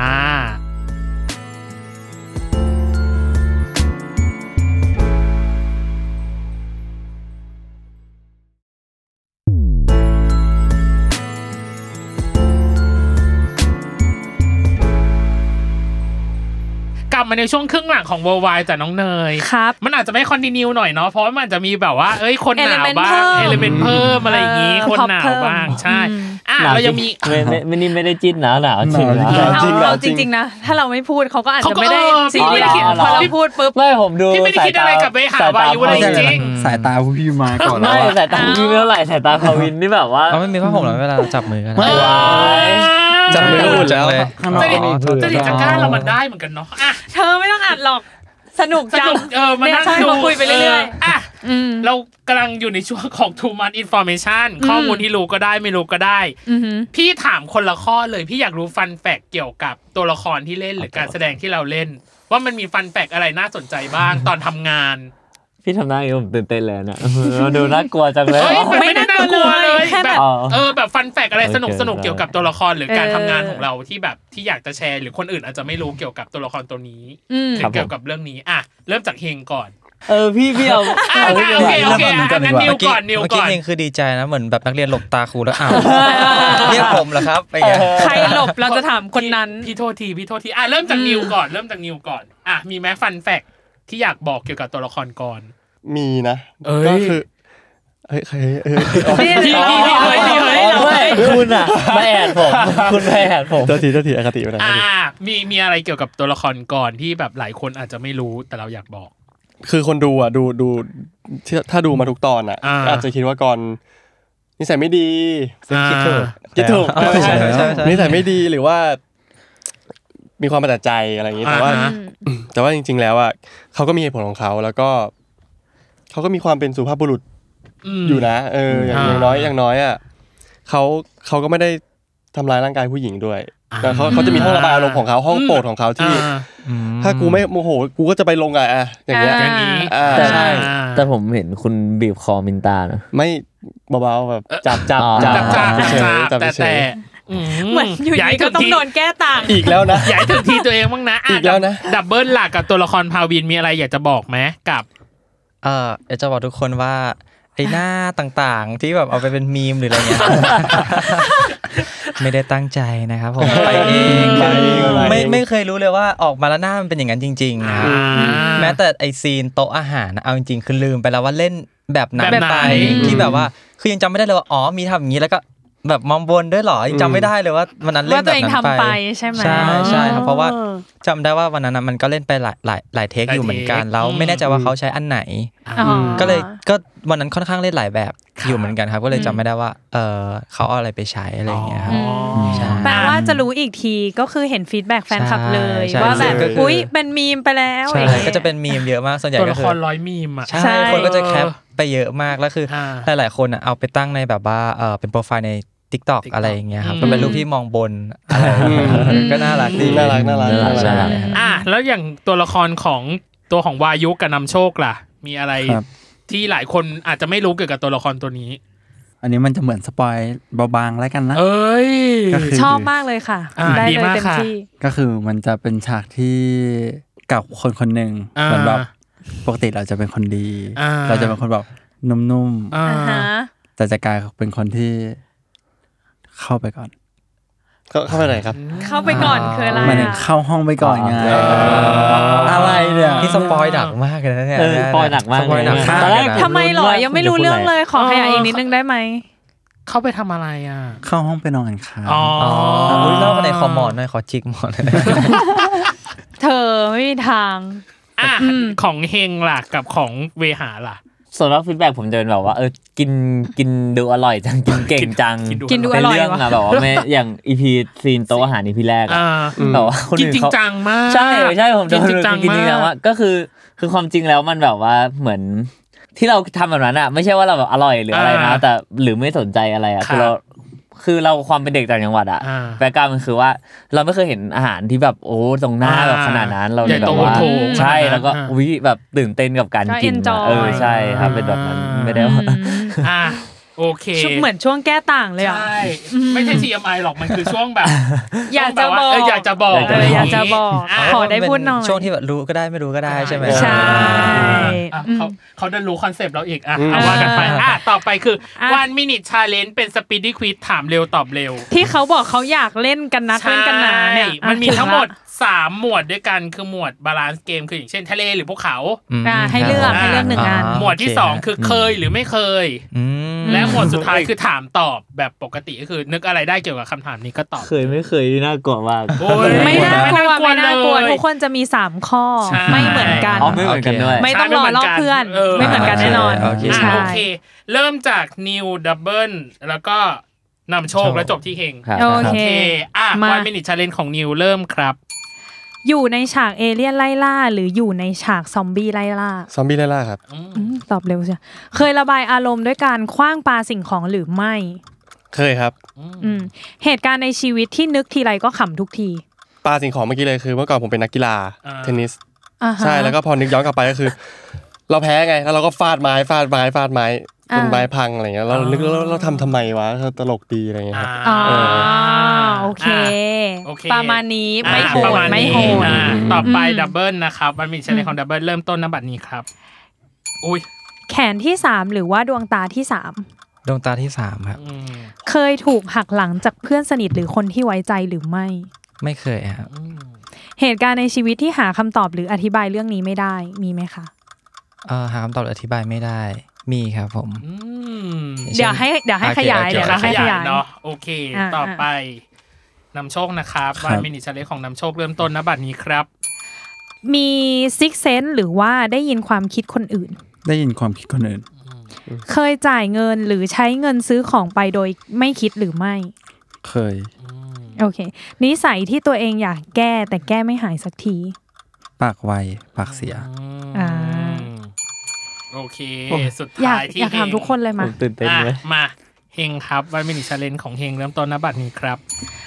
กลับมาในช่วงครึ่งหลังของ Worldwide จากน้องเนยครับมันอาจจะไม่คอนติเนียหน่อยเนาะเพราะมันจะมีแบบว่าเอ้ยคนหนาวบ้างเอลิเมนต์เพิ่มอะไรอย่างงี้คนหนาวบ้างใช่อ่ะเรายังมีไม่ไม่นี่ไม่ได้จิ้นหนาวหนาวจริงเอาจริงๆนะถ้าเราไม่พูดเขาก็อาจจะไม่ได้ซีเรียสพอเราพูดปุ๊บไม่ผมดูพี่ไม่ได้คิดอะไรกับไปหาวายุอะไรจริงสายตาพี่มาก่อนไม่สายตาพี่ไม่เท่าไหร่สายตาพาวินนี่แบบว่าเขาไม่มีผ้าห่มหรอเวลาจับมือกันจับมืออุ่นแล้วจะดิจะดิจะกล้าเรามันได้เหมือนกันเนาะอ่ะเธอไม่ต้องอัดหรอกสนุกจังเออมานั่งดูคุยไปเรื่อยๆอ่ะเรากำลังอยู่ในช่วงของ too much information ข้อมูลที่รู้ก็ได้ไม่รู้ก็ได้พี่ถามคนละข้อเลยพี่อยากรู้ฟันแฟกเกี่ยวกับตัวละครที่เล่นหรือการแสดงที่เราเล่นว่ามันมีฟันแฟกอะไรน่าสนใจบ้างตอนทำงานพี่ทำหน้าอย่างผมตื่นเต้นเลยนะดูน่ากลัวจังเลยไม่น่ากลัวเลยแบบเออแบบฟันแฟกอะไรสนุกสนุกเกี่ยวกับตัวละครหรือการทำงานของเราที่แบบที่อยากจะแชร์หรือคนอื่นอาจจะไม่รู้เกี่ยวกับตัวละครตัวนี้เกี่ยวกับเรื่องนี้อ่ะเริ่มจากเฮงก่อนเออพี่พี่เอาโอเคโอเคโอเคงั้นนิวก่อนนิวก่อนเมื่อกี้เฮงคือดีใจนะเหมือนแบบนักเรียนหลบตาครูแล้วอ้าวเรียกผมเหรอครับไปไงใครหลบเราจะถามคนนั้นพี่โทษทีพี่โทษทีอ่ะเริ่มจากนิวก่อนเริ่มจากนิวก่อนอ่ะมีแม้ฟันแฟกที่อยากบอกเกี่ยวกับตัวละครก่อนมีนะก็คือเฮ้ยเฮ้ยพี่พี่พี่เฮ้ยพี่เฮ้ยคุณอ่ะไม่แอดผมคุณไม่แอดผมตัวทีตัวทีอคติไปไหนอ่ามีมีอะไรเกี่ยวกับตัวละครก่อนที่แบบหลายคนอาจจะไม่รู้แต่เราอยากบอกคือคนดูอ่ะดูดูถ้าดูมาทุกตอนอ่ะอาจจะคิดว่าก่อนนิสัยไม่ดีคิดถูกคิดถูกนิสัยไม่ดีหรือว่ามีความประจัดใจอะไรอย่างงี้แต่ว่าแต่ว่าจริงๆแล้วอ่ะเขาก็มีเหตุผลของเขาแล้วก็เขาก็มีความเป็นสุภาพบุรุษอยู่นะเอออย่างน้อยอย่างน้อยอ่ะเขาเขาก็ไม่ได้ทำร้ายร่างกายผู้หญิงด้วยแต่เขาเขาจะมีห้องระบายอารมณ์ของเขาห้องโปรดของเขาที่ถ้ากูไม่โมโหกูก็จะไปลงอ่ะอย่างเงี้ยอย่างนี้ใช่แต่ผมเห็นคุณบีบคอมินตานะไม่เบาๆแบบจับจับจับจับจับแต่แต่เหมือนอยู่ดีก็ต้องโดนแก้ต่างอีกแล้วนะอยากถึงทีตัวเองบ้างนะอีกแล้วนะดับเบิลหลักกับตัวละครพาวินมีอะไรอยากจะบอกไหมกับเอออยากจะบอกทุกคนว่าไอ้หน้าต่างๆที่แบบเอาไปเป็นมีมหรืออะไรเงี้ยไม่ได้ตั้งใจนะครับผมไปเองไม่ไม่เคยรู้เลยว่าออกมาแล้วหน้ามันเป็นอย่างนั้นจริงๆนะแม้แต่ไอซีนโต๊ะอาหารเอาจริงๆคือลืมไปแล้วว่าเล่นแบบนั้นไปที่แบบว่าคือยังจำไม่ได้เลยว่าอ๋อมีทำอย่างนี้แล้วก็แบบมองบนด้วยหรอจำไม่ได้เลยว่าวันนั้นเล่นแบบนั้นไปใช่ไหมใช่ใช่ครับเพราะว่าจำได้ว่าวันนั้นมันก็เล่นไปหลายหลายหลายเทคอยู่เหมือนกันแล้วไม่แน่ใจว่าเขาใช้อันไหนก็เลยก็วันนั้นค่อนข้างเล่นหลายแบบอยู่เหมือนกันครับก็เลยจำไม่ได้ว่าเออเขาเอาอะไรไปใช้อะไรอย่างเงี้ยครับแปลว่าจะรู้อีกทีก็คือเห็นฟีดแบ็กแฟนคลับเลยว่าแบบอุ๊ยเป็นมีมไปแล้วใช่ก็จะเป็นมีมเยอะมากส่วนใหญ่ก็คือตัวละครร้อยมีมอ่ะใช่คนก็จะแคปไปเยอะมากแล้วคือหลายๆคนอ่ะเอาไปตั้งในแบบว่าเออเป็นโปรไฟล์ในTikTok อะไรอย่างเงี้ยครับก็เป็นรูปที่มองบนอะไรก็น่ารักดีน่ารักน่ารักใช่อ่ะแล้วอย่างตัวละครของตัวของวายุกับนำโชคล่ะมีอะไรที่หลายคนอาจจะไม่รู้เกี่ยวกับตัวละครตัวนี้อันนี้มันจะเหมือนสปอยเบาบางแล้วกันนะเอ้ยชอบมากเลยค่ะได้เลยเต็มที่ก็คือมันจะเป็นฉากที่กับคนคนหนึ่งเหมือนแบบปกติเราจะเป็นคนดีเราจะเป็นคนแบบนุ่มๆแต่จะกลายเป็นคนที่เข้าไปก่อนเข้าไปไหนครับเข้าไปก่อนคืออะไรมันเข้าห้องไปก่อนไงอะไรเนี่ยที่สปอยดักมากเลยนะเนี่ยสปอยดักมากเลยตอนแรกทำไมหรอยังไม่รู้เรื่องเลยขอขยายอีกนิดนึงได้ไหมเข้าไปทำอะไรอ่ะเข้าห้องไปนอนครับอ๋ออุ้ยเล่ามาในคอมมอนหน่อยขอจิกหมอนเธอไม่มีทางอ่ะของเฮงล่ะกับของเวหาล่ะส่วนมากฟีดแบ็กผมจะเป็นแบบว่าเออกินกินดูอร่อยจังกินเก่งจังกินดูอร่อยเป็นเรื่องอะแบบว่าไม่อย่าง อี พี ซีนโต๊ะอาหาร อี พี แรกอ่ะแต่ว่าคนอื่นเขาจริงจังมากใช่ใช่ผมจะกินจริงจังมากก็คือคือความจริงแล้วมันแบบว่าเหมือนที่เราทำแบบนั้นอ่ะไม่ใช่ว่าเราแบบอร่อยหรืออะไรนะแต่หรือไม่สนใจอะไรอ่ะคือเราคือเราความเป็นเด็กต่างจังหวัดอ่ะแปลกมันคือว่าเราไม่เคยเห็นอาหารที่แบบโอ้ตรงหน้าแบบขนาดนั้นเราเลยแบบว่าใช่แล้วก็อุ๊ยแบบตื่นเต้นกับการกินเออใช่ครับเป็นแบบนั้นไม่ได้ว่าอ่ะโอเคเหมือนช่วงแก้ต่างเลยอ่ะใช่ไม่ใช่ ที เอ็ม ไอ หรอกมันคือช่วงแบบอยากจะบอกอยากจะบอกอยากจะบอกขอได้พูดหน่อยช่วงที่แบบรู้ก็ได้ไม่รู้ก็ได้ใช่ไหมใช่เขาเขาได้รู้คอนเซปต์เราอีกอ่ะเอาว่ากันไปอ่ะต่อไปคือ one minute challenge เป็น speedy quiz ถามเร็วตอบเร็วที่เขาบอกเขาอยากเล่นกันนักเล่นกันหนาเนี่ยมันมีทั้งหมดสามหมวดด้วยกันคือหมวดบาลานซ์เกมคืออย่างเช่นทะเลหรือภูเขาให้เลือกให้เลือกหนึ่งอันหมวดที่สองคือเคยหรือไม่เคยและหมวดสุดท้ายคือถามตอบแบบปกติก็คือนึกอะไรได้เกี่ยวกับคำถามนี้ก็ตอบเคยไม่เคยน่ากลัวมากไม่น่ากลัวไม่น่ากลัวทุกคนจะมีสามข้อไม่เหมือนกันไม่เหมือนกันด้วยไม่ต้องรอรอบเพื่อนไม่เหมือนกันแน่นอนโอเคเริ่มจากนิวดับเบิลแล้วก็นำโชคแล้วจบที่เฮงโอเคอ่ะวันมินิชาเลนจ์ของนิวเริ่มครับอยู่ในฉากเอเลี่ยนไล่ล่าหรืออยู่ในฉากซอมบี้ไล่ล่าซอมบี้ไล่ล่าครับตอบเร็วใช่เคยระบายอารมณ์ด้วยการขว้างปาสิ่งของหรือไม่เคยครับเหตุการณ์ในชีวิตที่นึกทีไรก็ขำทุกทีปาสิ่งของเมื่อกี้เลยคือเมื่อก่อนผมเป็นนักกีฬาเทนนิสใช่แล้วก็พอนึกย้อนกลับไปก็คือเราแพ้ไงแล้วเราก็ฟาดไม้ฟาดไม้ฟาดไม้จนไม้พังอะไรเงี้ยเรานึกแล้วเราทำทำไมวะตลกดีอะไรเงี้ยครับอ๋อโอเคประมาณนี้ไม่โหดไม่โหดต่อไปดับเบิลนะครับมันมีชนิดของดับเบิลเริ่มต้นณบัดนี้ครับอุ้ยแขนที่สามหรือว่าดวงตาที่สามดวงตาที่สามครับเคยถูกหักหลังจากเพื่อนสนิทหรือคนที่ไว้ใจหรือไม่ไม่เคยครับเหตุการณ์ในชีวิตที่หาคำตอบหรืออธิบายเรื่องนี้ไม่ได้มีไหมคะเอ่อหาคำตอบอธิบายไม่ได้มีครับผมเดี๋ยวให้เดี๋ยวให้ขยายเดี๋ยวให้ขยายเนาะโอเคต่อไปนำโชคนะครับวันมินิชาเลนจ์ของนำโชคเริ่มต้นณบัดนี้ครับมีซิกเซนส์หรือว่าได้ยินความคิดคนอื่นได้ยินความคิดคนอื่นเคยจ่ายเงินหรือใช้เงินซื้อของไปโดยไม่คิดหรือไม่เคยโอเคนิสัยที่ตัวเองอยากแก้แต่แก้ไม่หายสักทีปากไวปากเสียอ่าโอเคสุดท้ายที่อยากถามทุกคนเลยมาตื่นเต้นเลยมาเฮงครับวันมินิชาเลนจ์ของเฮงเริ่มต้นณบัดนี้ครับ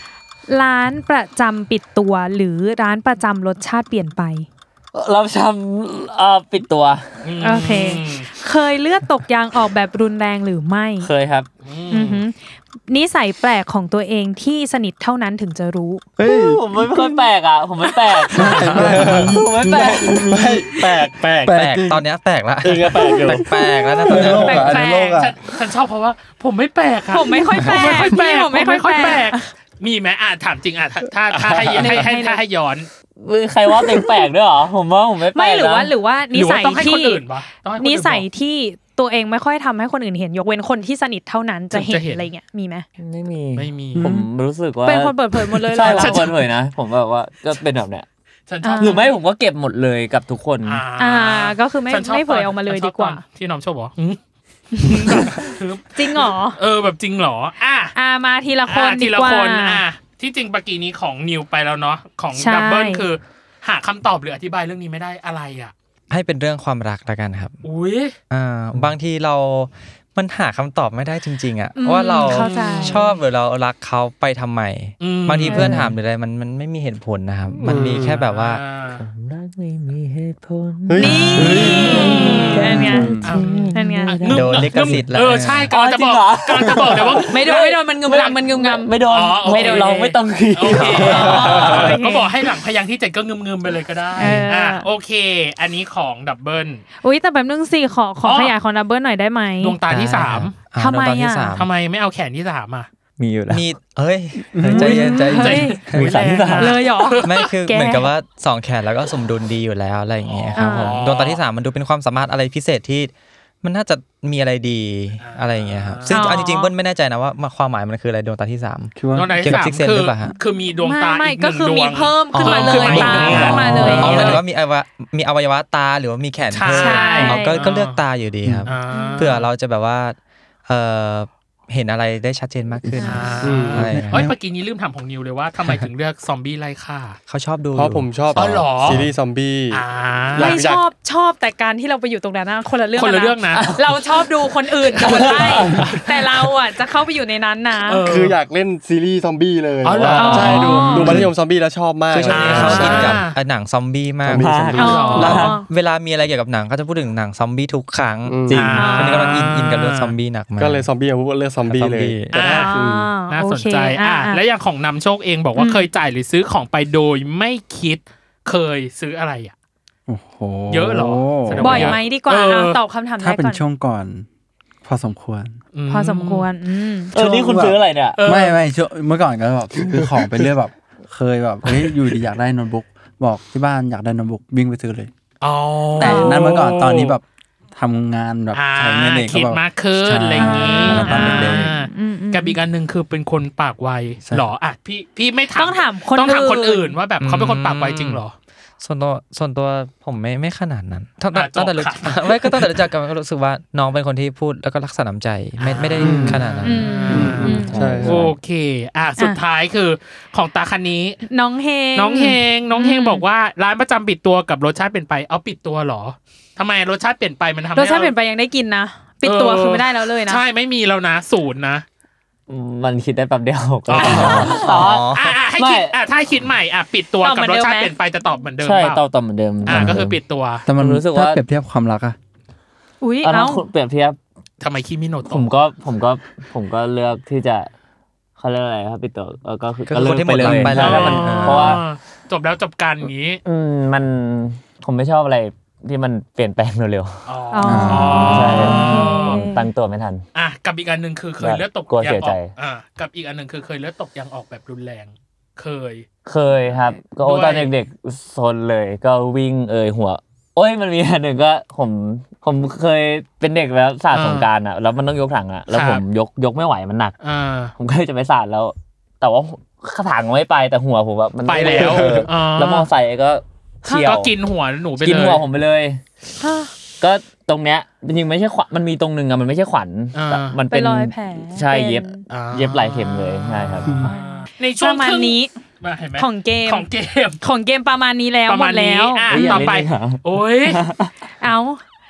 ร้านประจำปิดตัวหรือร้านประจำรสชาติเปลี่ยนไปเราทำเอ่อปิดตัวโอเคเคยเลือดตกยางออกแบบรุนแรงหรือไม่เคยครับอือฮึนิสัยแปลกของตัวเองที่สนิทเท่านั้นถึงจะรู้เฮ้ยผมไม่ค่อยแปลกอ่ะผมไม่แปลกผมไม่แปลกไม่แปลกแปลกแปลกตอนนี้แปลกละเออแปลกอยู่แปลกแล้วนะตอนนี้แปลกแปลกฉันชอบเพราะว่าผมไม่แปลกอ่ะผมไม่ค่อยแปลกผมไม่ค่อยแปลกผมไม่ค่อยแปลกมีไหมอ่ะถามจริงอ่ะถ้าถ้าให้ให้ให้ถ้าให้ย้อนใครว่าแปลกด้วยเหรอผมว่าผมไม่แปลกไม่หรือว่าหรือว่านิสัยที่นิสัยที่ตัวเองไม่ค่อยทำให้คนอื่นเห็นยกเว้นคนที่สนิทเท่านั้นจะเห็นอะไรเงี้ยมีไหมไม่มีไม่มีผมรู้สึกว่าเป็นคนเปิดเผยหมดเลยใช่ผมเปิดเผยนะผมแบบว่าก็เป็นแบบเนี้ยหรือไม่ผมก็เก็บหมดเลยกับทุกคนอ่าก็คือไม่ไม่เผยออกมาเลยดีกว่าที่น้องชอบบอกจริงเหรอเออแบบจริงเหรออ่ะอ่ามาทีละคนดีกว่าอ่ะที่จริงเมื่อกี้นี้ของนิวไปแล้วเนาะของดับเบิลคือหาคำตอบหรืออธิบายเรื่องนี้ไม่ได้อะไรอ่ะให้เป็นเรื่องความรักละกันครับอุ้ยอ่าบางทีเรามันหาคำตอบไม่ได้จริงๆอ่ะว่าเราชอบหรือเรารักเขาไปทำไมบางทีเพื่อนถามหรืออะไรมันมันไม่มีเหตุผลนะครับมันมีแค่แบบว่ารักไม่มีเหตุผลนี่นั่นไงนั่นไงโดนลิขสิทธิ์แล้วเออใช่กำลังจะบอกกำลังจะบอกเลยว่าไม่โดนไม่โดนมันงึมงำมันงึมงำไม่โดนไม่โดนเราไม่ต้องคิดก็บอกให้หลังพยางค์ที่เจ็ดก็งึมๆไปเลยก็ได้อ่ะโอเคอันนี้ของดับเบิลอุ้ยแต่แบบนึงสิขอขอขยายของดับเบิลหน่อยได้ไหมดวงตาที่สามทำไมอ่ะทำไมไม่เอาแขนที่สามอ่ะมีอยู่แล้วมีเอ้ยใจเย็นใจเย็นมีสามที่สามเลยเหรอไม่คือเหมือนกับว่าสองแขนแล้วก็สมดุลดีอยู่แล้วอะไรอย่างเงี้ยครับผมดวงตาที่สามมันดูเป็นความสามารถอะไรพิเศษที่มันน่าจะมีอะไรดีอะไรอย่างเงี้ยครับซึ่งอันจริงๆเบิ้ลไม่แน่ใจนะว่าความหมายมันคืออะไรดวงตาที่สามเกี่ยวกับซิกเซนหรือเปล่าฮะคือมีดวงตาอีกหนึ่งดวงก็คือมีเพิ่มขึ้นมาเลยตาขึ้นมาเลยอ๋อหมายถึงว่ามีอวัยวะมีอวัยวะตาหรือว่ามีแขนเพิ่มอ๋อก็ก็เลือกตาอยู่ดีครับเพื่อเราจะแบบว่าเอ่อเห็นอะไรได้ชัดเจนมากขึ้นอะไรเอ้ยเมื่อกี้นี้ลืมถามของนิวเลยว่าทำไมถึงเลือกซอมบี้ไล่ฆ่าเขาชอบดูเพราะผมชอบซีรีส์ซอมบี้ไม่ชอบชอบแต่การที่เราไปอยู่ตรงนั้นนะคนละเรื่องคนละเรื่องนะเราชอบดูคนอื่นโดนไล่แต่เราอ่ะจะเข้าไปอยู่ในนั้นนะคืออยากเล่นซีรีส์ซอมบี้เลยใช่ดูดูมัธยมซอมบี้แล้วชอบมากคือช่วงนี้เขาอินกับหนังซอมบี้มากแล้วเวลามีอะไรเกี่ยวกับหนังเขาจะพูดถึงหนังซอมบี้ทุกครั้งจริงคนนี้กำลังอินอินกับเรื่องซอมบี้หนักมากก็เลยซอมบี้พูดเรื่องซอมบี้เลยน่าสนใจอ่ะแล้วอย่างของนำโชคเองบอกว่าเคยจ่ายหรือซื้อของไปโดยไม่คิดเคยซื้ออะไรอ่ะโอ้โหเยอะหรอบ่อยไหมดีกว่าตอบคำถามแรกก่อนถ้าเป็นช่วงก่อนพอสมควรพอสมควรเออนี่คุณซื้ออะไรเนี่ยไม่ไม่ช่วงเมื่อก่อนก็แบบคือของเป็นเรื่องแบบเคยแบบเฮ้ยอยู่ดีอยากได้โน้ตบุ๊กบอกที่บ้านอยากได้โน้ตบุ๊กวิ่งไปซื้อเลยแต่นั่นเมื่อก่อนตอนนี้แบบทำงานแบบใช้เงินเองคิดมากขึ้นอะไรอย่างงี้กับอีกอันนึงคือเป็นคนปากไวหรออ่ะพี่พี่ไม่ถามต้องถามคนต้องถามคนอื่นว่าแบบเขาเป็นคนปากไวจริงหรอส่วนตัวส่วนตัวผมไม่ไม่ขนาดนั้นตั้งแต่รู้จักไม่ก็ตั้งแต่รู้จักกันก็รู้สึกว่าน้องเป็นคนที่พูดแล้วก็รักษาน้ำใจไม่ไม่ได้ขนาดนั้นใช่โอเคอ่ะสุดท้ายคือของตาคันนี้น้องเฮงน้องเฮงน้องเฮงบอกว่าร้านประจำปิดตัวกับรสชาติเปลี่ยนไปเอาปิดตัวหรอทำไมรสชาติเปลี่ยนไปมันทำให้รสชาติเปลี่ยนไปยังได้กินนะปิดตัวคือไม่ได้แล้วเลยนะใช่ไม่มีแล้วนะศูนย์นะมันคิดได้แป๊บเดียวก็อ๋อให้คิดอ่ะถ้าคิดใหม่อ่ะปิดตัวกับรสชาติเปลี่ยนไปจะตอบเหมือนเดิมใช่ตอบตอบเหมือนเดิมอ่ะก็คือปิดตัวแต่มันรู้สึกว่าเปรียบเทียบความรักอ่ะอุ้ยเอ้าเปรียบเทียบทำไมคิมิโนโตะผมก็ผมก็ผมก็เลือกที่จะเขาเรียกอะไรครับปิดตัวก็คือก็เลือกไปเลยไปแล้วเพราะว่าจบแล้วจบกันอย่างนี้อืมมันผมไม่ชอบอะไรที่มันเปลี่ยนแปลงเร็วๆอ๋อใช่ตั้งตัวไม่ทันอ่ะกับอีกอันนึงคือเคยเลือดตกยางออกอ่ะกับอีกอันนึงคือเคยเลือดตกยางออกแบบรุนแรงเคยเคยครับก็ตอนเด็กๆซนเลยก็วิ่งเอ่ยหัวโอ้ยมันมีอันนึงก็ผมผมเคยเป็นเด็กแล้วสาดสงกรานต์อ่ะแล้วมันต้องยกถังอ่ะแล้วผมยกยกไม่ไหวมันหนักผมก็เลยจะไปสาดแล้วแต่ว่าถังไม่ไปแต่หัวผมแบบมันไปแล้วแล้วมอไซค์ก็ก็กินหัวหนูไปเลยกินหัวผมไปเลยก็ตรงเนี้ยจริงๆไม่ใช่ขวัญมันมีตรงนึงอะมันไม่ใช่ขวัญมันเป็นรอยแผลใช่เย็บเย็บหลายเข็มเลยใช่ครับในช่วงประมาณนี้ของเกมของเกมของเกมประมาณนี้แล้วหมดแล้วต่อไปโอ้ยเอา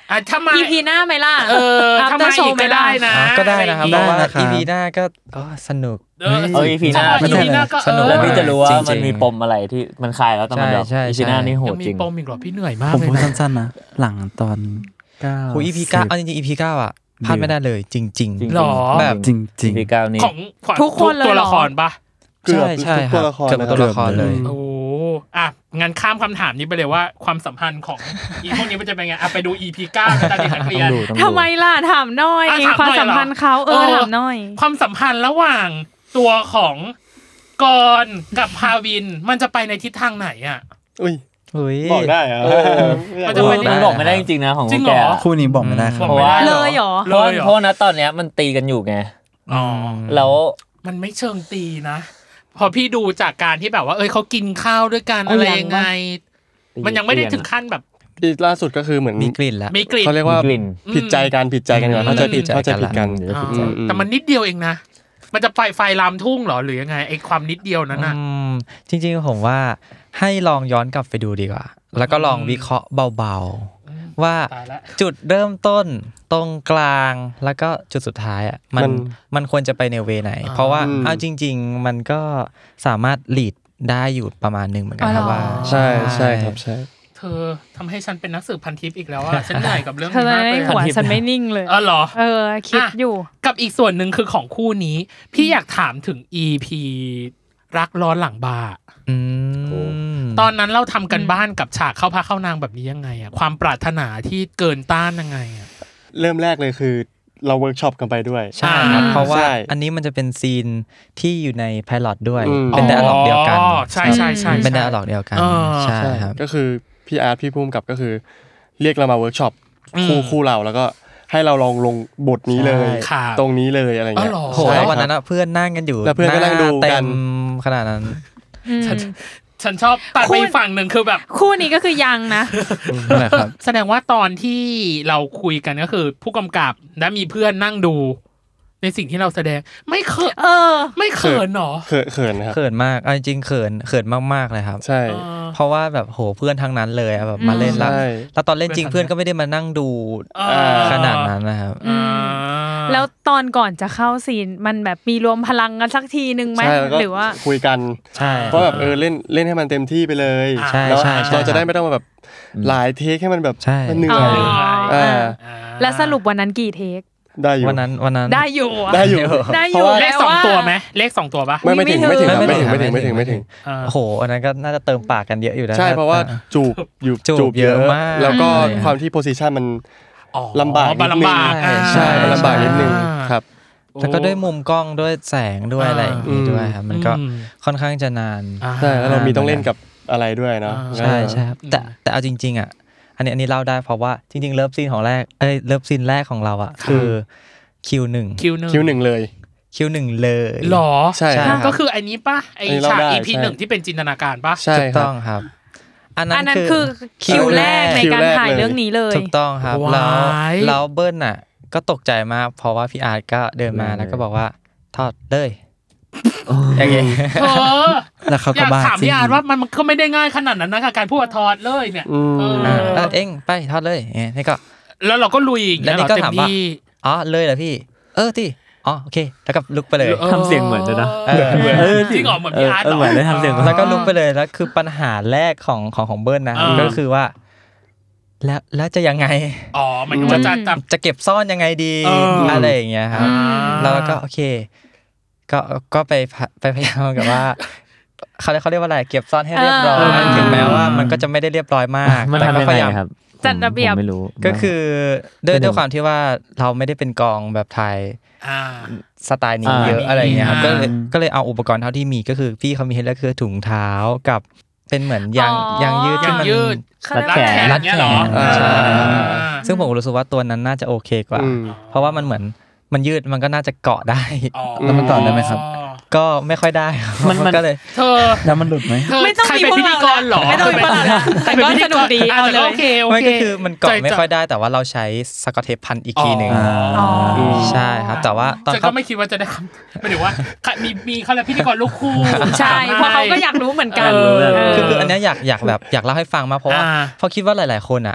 อ่ะถ้ามาอี พี หน้าไหมล่ะเออถ้ามาอีกก็ได้นะก็ได้นะครับเพราะว่า อี พี หน้าก็อ๋อสนุกเอออี พี หน้าอี พี หน้าก็สนุกแล้วพี่จะรู้ว่ามันมีปมอะไรที่มันคลายแล้วแต่มันแบบ อี พี หน้านี่โหดจริงมีปมอีกเหรอพี่เหนื่อยมากผมเลยพูดนะสั้นๆนะหลังตอนเก้าโห อี พี เก้าเอาจริงๆ อี พี เก้าอ่ะพลาดไม่ได้เลยจริงๆหรอแบบจริงอี พี เก้านี่ของทุกคนเลยตัวละครปะใช่ใช่ครับเกือบตัวละครเลยโอ้อ่ะงั้นข้ามคำถามนี้ไปเลยว่าความสัมพันธ์ของอีพวกนี้มันจะเป็นไงอ่ะไปดู อี พี เก้านะตอนที่นักเรียนทำไมล่ะถามหน่อยความสัมพันธ์เขาเออถามหน่อยความสัมพันธ์ระหว่างตัวของกรกับภาวินมันจะไปในทิศทางไหนอ่ะอุ้ยบอกได้อะมันจะไปในมันบอกไม่ได้จริงๆนะของแกคู่นี้บอกไม่ได้ครับเพราะว่าเลยเหรอเพราะเพราะนะตอนเนี้ยมันตีกันอยู่ไงอ๋อแล้วมันไม่เชิงตีนะพอพี่ดูจากการที่แบบว่าเอ้ยเขากินข้าวด้วยกันอะไรยังไงมันยังไม่ได้ถึงขั้นแบบที่ล่าสุดก็คือเหมือนมีกลิ่นแล้วมีกลิ่นเขาเรียกว่าผิดใจกันผิดใจกันก่อนเขาจะผิดเขาจะผิดกันแต่มันนิดเดียวเองนะมันจะไฟไฟลามทุ่งหรอหรือยังไงไอ้ความนิดเดียวนั้นน่ะจริงๆผมว่าให้ลองย้อนกลับไปดูดีกว่าแล้วก็ลองวิเคราะห์เบาๆว่าจุดเริ่มต้นตรงกลางแล้วก็จุดสุดท้ายอ่ะมันมันควรจะไปในเวไหนเพราะว่าเอาจริงๆมันก็สามารถลีดได้อยู่ประมาณนึงเหมือนกันครับว่าใช่ใช่ครับใช่เธอทำให้ฉันเป็นนักสืบพันทิปอีกแล้วอ่ะฉันเหนื่อยกับเรื่องนี้มากเลยหัวฉันไม่นิ่งเลยอ๋อเหรอเออคิดอยู่กับอีกส่วนหนึ่งคือของคู่นี้พี่อยากถามถึง อี พี รักร้อนหลังบาร์ตอนนั้นเราทำกันบ้านกับฉากเข้าพระเข้านางแบบนี้ยังไงอ่ะความปรารถนาที่เกินต้านยังไงอ่ะเริ่มแรกเลยคือเราเวิร์กช็อปกันไปด้วยใช่ครับเพราะว่าอันนี้มันจะเป็นซีนที่อยู่ในไพลอตด้วยเป็นไดอะล็อกเดียวกันใช่ใช่ใช่เป็นไดอะล็อกเดียวกันใช่ครับก็คือพี่อาร์ตพี่ภูมิกับก็คือเรียกเรามาเวิร์กช็อปคู่คู่เราแล้วก็ให้เราลองลงบทนี้เลยตรงนี้เลยอะไรเงี้ยโหแล้ววันนั้นเพื่อนนั่งกันอยู่แล้วเพื่อนก็นั่งดูกันขนาดนั้นฉันชอบตัดไปฝั่งหนึ่งคือแบบคู่นี้ก็คือยังนะแสดงว่าตอนที่เราคุยกันก็คือผู้กำกับและมีเพื่อนนั่งดูในสิ่งที่เราแสดงไม่เขินเออไม่เขินหรอเขินเขินครับเขินมากเอาจริงเขินเขินมากๆเลยครับใช่เพราะว่าแบบโหเพื่อนทั้งนั้นเลยแบบมาเล่นแล้วแล้วตอนเล่นจริงเพื่อนก็ไม่ได้มานั่งดูขนาดนั้นนะครับแล้วตอนก่อนจะเข้าซีนมันแบบมีรวมพลังกันสักทีนึงไหมหรือว่าคุยกันใช่เพราะแบบเออเล่นเล่นให้มันเต็มที่ไปเลยแล้วเราจะได้ไม่ต้องมาแบบหลายเทคให้มันแบบมันเหนื่อยแล้วสรุปวันนั้นกี่เทคได้อยู่วันนั้นวันนั้นได้อยู่ได้อยู่ได้อยู่เลขสองตัวไหมเลขสองตัวปะไม่ไม่ถึงไม่ถึงไม่ถึงไม่ถึงไม่ถึงไม่ถึงโอ้โหอันนั้นก็น่าจะเติมปากกันเยอะอยู่นะใช่เพราะว่าจูบอยู่จูบเยอะมากแล้วก็ความที่โพสิชันมันลำบากนิดนึงใช่ลำบากนิดนึงครับแล้วก็ด้วยมุมกล้องด้วยแสงด้วยอะไรอย่างงี้ด้วยครับมันก็ค่อนข้างจะนานใช่แล้วเรามีต้องเล่นกับอะไรด้วยเนาะใช่ใช่ครับแต่แต่เอาจริงๆอ่ะอันนี้อันนี้เล่าได้เพราะว่าจริงๆเลิฟซีนของแรกเอ้ยเลิฟซีนแรกของเราอ่ะคือคิวหนึ่งคิวหนึ่งคิวหนึ่งเลยคิวหนึ่งเลยหรอใช่ก็คืออันนี้ป่ะไอฉาก อี พี หนึ่งที่เป็นจินตนาการป่ะถูกต้องครับอันนั้นคือคิวแรกในการถ่ายเรื่องนี้เลยถูกต้องครับแล้วแล้วเบิ้ลน่ะก็ตกใจมากเพราะว่าพี่อาร์ตก็เดินมาแล้วก็บอกว่าทอดเลยอย่างเงี้ยแล้วเขาก็บ้าอยากถามพี่อาร์ตว่ามันก็ไม่ได้ง่ายขนาดนั้นนะกับการพูดว่าทอดเลยเนี่ยเออเอ็งไปทอดเลยนี่ก็แล้วเราก็ลุยอีกแล้วนี่ก็ถามว่าอ๋อเลยเหรอพี่เออที่อ๋อโอเคแล้วก็ลุกไปเลยทำเสียงเหมือนนะจริงเหรอเหมือนพี่อาร์ตเหมือนได้ทำเสียงแล้วก็ลุกไปเลยแล้วคือปัญหาแรกของของของเบิ้ลนะก็คือว่าแล้วแล้วจะยังไงอ๋อมันจะจะจะเก็บซ่อนยังไงดีอะไรอย่างเงี้ยครับแล้วก็โอเคก็ก็ไปไปพยายามกับว่าเขาเขาเรียกว่าอะไรเก็บซ่อนให้เรียบร้อยถึงแม้ว่ามันก็จะไม่ได้เรียบร้อยมากแต่ก็พยายามจัดระเบียบก็คือด้วยด้วยความที่ว่าเราไม่ได้เป็นกองแบบไทยสไตล์นี้เยอะอะไรอย่างเงี้ยครับก็เลยก็เลยเอาอุปกรณ์เท่าที่มีก็คือพี่เขามีให้แล้วคือถุงเท้ากับเป็นเหมือนยางยางยืดที่มันรัดแขนรัดแขนซึ่งผมรู้สึกว่าตัวนั้นน่าจะโอเคกว่าเพราะว่ามันเหมือนมันยืดมันก็น่าจะเกาะได้แล้วมันเกาะได้ไหมครับก็ไม่ค่อยได้มันก็เลยเธอแล้วมันหลุดไหมไม่ต้องมีพิธีกรหรอไม่ต้องมีพวกเราแต่ก็สนุกดีเอาเลยโอเคโอเคไม่ก็คือมันเกาะไม่ค่อยได้แต่ว่าเราใช้สกอตเทปพันอีกทีนึงใช่ครับแต่ว่าตอนเขาไม่คิดว่าจะได้หมายถึงว่ามีมีเขาแล้วพิธีกรลูกคู่ใช่เพราะเขาก็อยากรู้เหมือนกันคือคืออันนี้อยากอยากแบบอยากเล่าให้ฟังมาเพราะว่าเพราะคิดว่าหลายๆคนอ่ะ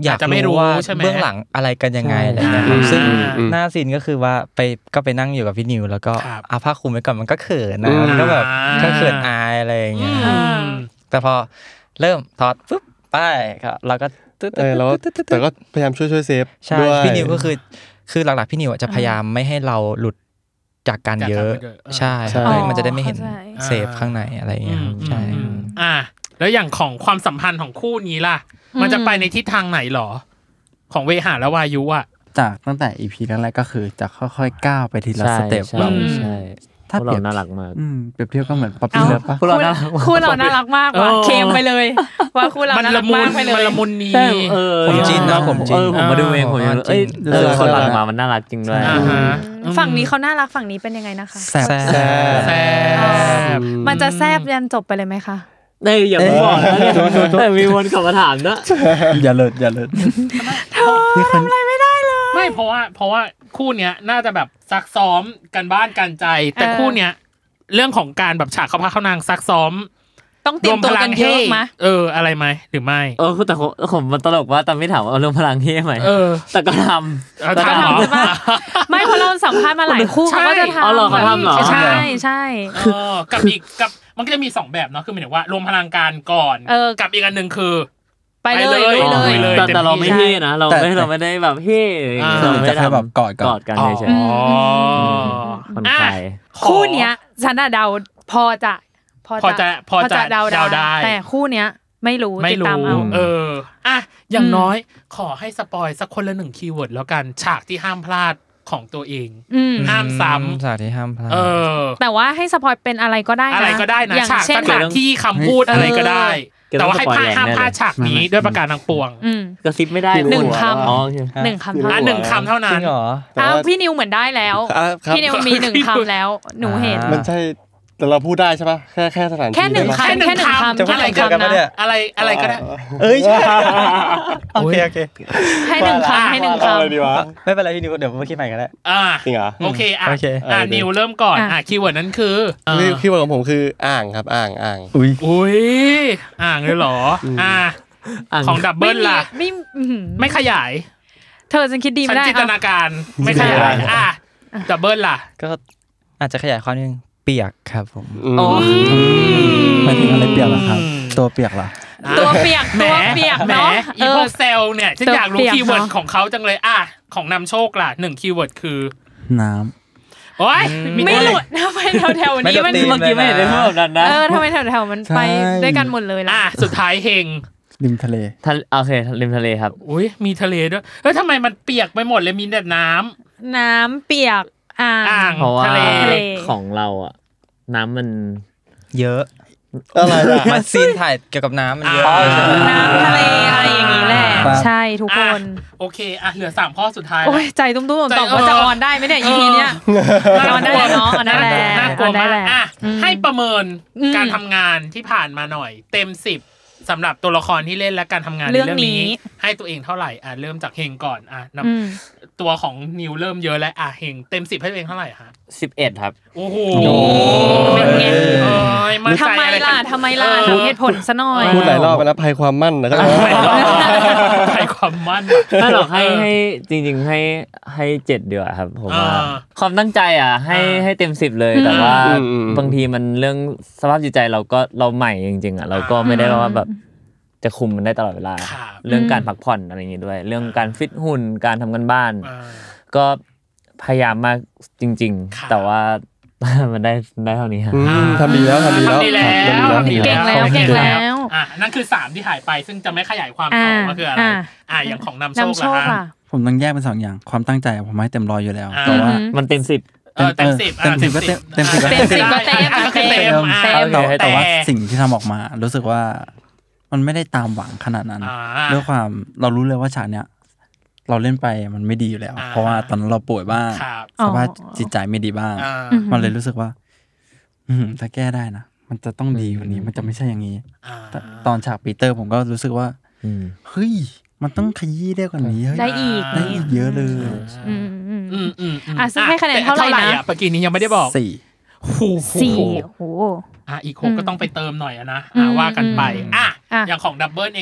อยากรู้ว่าเบื้องหลังอะไรกันยังไงอะไรเงี้ยซึ่งหน้าซีนก็คือว่าไปก็ไปนั่งอยู่กับพี่นิวแล้วก็อาผ้าคลุมไว้ก่อนมันก็เขินนะมันก็แบบก็เขินอายอะไรอย่างเงี้ยแต่พอเริ่มถอดปุ๊บไปครับเราก็เออแล้วแต่ก็พยายามช่วยช่วยเซฟด้วยพี่นิวก็คือคือหลักๆพี่นิวจะพยายามไม่ให้เราหลุดจากกันเยอะใช่เพื่อมันจะได้ไม่เห็นเซฟข้างในอะไรอย่างเงี้ยใช่อ่าแล้วอย่างของความสัมพันธ์ของคู่นี้ล่ะมันจะไปในทิศทางไหนหรอของเวหาและวายุอ่ะจากตั้งแต่ อี พี แรกๆก็คือจะค่อยๆก้าวไปทีละสเต็ปแบบถ้าเปรียบน่ารักมากอืมเปรียบเทียบก็เหมือนป๊อปปี้เลิฟป่ะคู่เราน่ารักคู่เราน่ารักมากว่ะเคมไปเลยว่าคู่เราน่ารักมากไปเลยมันละมุนนี้ผมจินนะผมจินเออผมมาดูเองผมเอ้ยเออคนหลังมามันน่ารักจริงด้วยฝั่งนี้เขาน่ารักฝั่งนี้เป็นยังไงนะคะแซ่บแซ่บมันจะแซ่บยันจบไปเลยไหมคะเอ้ยอย่าบอกนะแต่มีวนกลับมาถามนะอย่าเลิศอย่าเลิศนี่ทำอะไรไม่ได้เลยไม่เพราะว่าเพราะว่าคู่เนี้ยน่าจะแบบซักซ้อมกันบ้านกันใจแต่คู่เนี้ยเรื่องของการแบบฉากเข้าพระเข้านางซักซ้อมต้องเตรียมตัวกันเยอะมั้ยเอออะไรมั้ยหรือไม่เออแต่ผมมันตลกว่าแต่ไม่ถามว่าเอาเรื่องพลังเฮ่มั้ยเออแต่ก็ทำแต่ก็ทำใช่ป่ะไม่เพราะเราสัมภาษณ์มาหลายคู่เขาก็จะทำอ๋อเหรอเขาทำเหรอใช่ใช่เออกับอีกกับมันก็จะมีสองแบบเนาะคือหมายถึงว่ารวมพลังการก่อนกับอีกอันนึงคือไปเลยเลยแต่เราไม่เฮ่นะเราไม่เราไม่ได้แบบเฮ่เราไม่ได้แบบกอดกอดกันเฉยๆคนไทยคู่เนี้ยฉันน่ะเดาพอจะพอจะพอจะเดาได้แต่คู่เนี้ยไม่รู้ติดตามเอาเอออ่ะอย่างน้อยขอให้สปอยสักคนละหนึ่งคีย์เวิร์ดแล้วกันฉากที่ห้ามพลาดของตัวเองห้ามซ้ำฉากที่ห้ามพลาดแต่ว่าให้สปอยเป็นอะไรก็ได้นะอะไรก็ได้นะฉากสถานที่คำพูดอะไรก็ได้แต่ว่าให้พลาดห้ามพลาดฉากนี้ด้วยประการทางปวงกระซิบไม่ได้หนึ่งคำหนึ่งคำเท่านั้นหนึ่งคำเท่านั้นอ้าวพี่นิวเหมือนได้แล้วพี่นิวมีหนึ่งคำแล้วหนูเห็นมันใช่แต่เราพูดได้ใช่ป่ะแค่แค่สถานที่แค่หนึ่งคำแค่หนึ่งคำอะไรก็ได้อะไรอะไรก็ได้เอ้ยใช่โอเคโอเคให้หนึ่งคำให้หนึ่งคำไม่เป็นไรพี่นิวเดี๋ยวมาคิดใหม่กันแหละอ่าจริงเหรอโอเคอ่ะอ่านิวเริ่มก่อนอ่ะคีย์เวิร์ดนั้นคือคีย์เวิร์ดของผมคืออ่างครับอ่างอ่างอุ้ยอุ้ยอ่างเลยเหรออ่าของดับเบิ้ลล่ะไม่ไม่ขยายเธอฉันคิดดีไม่ได้จินตนาการไม่ขยายอ่ะดับเบิ้ลล่ะก็อาจจะขยายความนึงเปียกครับผมอ๋อหมายถึงอะไรเปียกล่ะครับตัวเปียกล่ะตัวเปียกตัวเปียกเนาะอีพวกเซลเนี่ยฉันอยากรู้คีย์เวิร์ดของเขาจังเลยอ่ะของนำโชคล่ะหนึ่งคีย์เวิร์ดคือน้ำโอ๊ยไม่หลุดทำไมแถวๆนี้มันเมื่อกี้ไม่เห็นได้พูดแบบนั้นนะเออทำไมแถวๆมันไปด้วยกันหมดเลยล่ะอ่ะสุดท้ายเฮงริมทะเลโอเคริมทะเลครับอุ้ยมีทะเลด้วยเฮ้ยทำไมมันเปียกไปหมดเลยมีแต่น้ำน้ำเปียกอ่างทะเลของเราอ่ะน้ำมันเยอะอะไรอ่ะมันซีนถ่ายเกี่ยวกับน้ำมันเยอะน้ำทะเลอะไรอย่างนี้แหละใช่ทุกคนโอเคอ่ะเหลือสามข้อสุดท้ายโอ้ยใจตุ้มๆตอบว่าจะออนได้ไหมเนี่ย อี พี เนี้ยออนได้เนาะออนได้แหละน่ากลัวมากอ่ะให้ประเมินการทำงานที่ผ่านมาหน่อยเต็มสิบสำหรับตัวละครที่เล่นและการทำงานในเรื่องนี้ให้ตัวเองเท่าไหร่อ่ะเริ่มจากเฮงก่อนอ่ะตัวของนิวเริ่มเยอะแล้วอ่ะเฮงเต็มสิบให้ตัวเองเท่าไหร่ฮะสิบเอ็ดครับโอ้โหเป็นไงทำไมล่ะทำไมล่ะเหตุผลซะหน่อยพูดหลายรอบไปแล้วภัยความมั่นนะครับภัยความมั่นถ้าหรอกให้ให้จริงๆให้ให้เจ็ดดีกว่าครับผมว่าความตั้งใจอ่ะให้ให้เต็มสิบเลยแต่ว่าบางทีมันเรื่องสภาพจิตใจเราก็เราใหม่จริงๆอ่ะเราก็ไม่ได้ว่าแบบจะคุมมันได้ตลอดเวลาเรื่องการพักผ่อนอะไรอย่างงี้ด้วยเรื่องการฟิตหุ่นการทำกันบ้านก็พยายามมากจริงๆแต่ว่ามันได้ได้เท่านี้ฮะทำดีแล้วทำดีแล้วทำดีแล้วเก่งแล้วเก่งแล้วอ่ะนั่นคือสามที่หายไปซึ่งจะไม่ขยายความต่อก็คืออะไรอ่ะอย่างของนำโชคล่ะผมต้องแยกเป็นสองอย่างความตั้งใจผมให้เต็มร้อยอยู่แล้วแต่ว่ามันเต็มสิบเต็มสิบเต็มสิบก็เต็มเต็มสิบก็เต็มสิบก็เต็มเต็มแต่ว่าสิ่งที่ทำออกมารู้สึกว่ามันไม่ได้ตามหวังขนาดนั้นด้วยความเรารู้เลยว่าฉากเนี้ยเราเล่นไปมันไม่ดีอยู่แล้วเพราะว่าตอนนั้นเราป่วยบ้างสภาพจิตใจไม่ดีบ้างมันเลยรู้สึกว่าถ้าแก้ได้นะมันจะต้องดีกว่านี้มันจะไม่ใช่อย่างนี้ตอนฉากปีเตอร์ผมก็รู้สึกว่าเฮ้ยมันต้องขยี้ได้กว่านี้ได้อีกได้อีกเยอะเลยอ่ะซึ่งให้คะแนนเท่าไหร่นะเมื่อกี้นี้ยังไม่ได้บอกสี่สี่โอ้โหอ่ะอีกหกก็ต้องไปเติมหน่อยนะอ่ะว่ากันไปอ่ะอย่างของดับเบิลเองล่ะ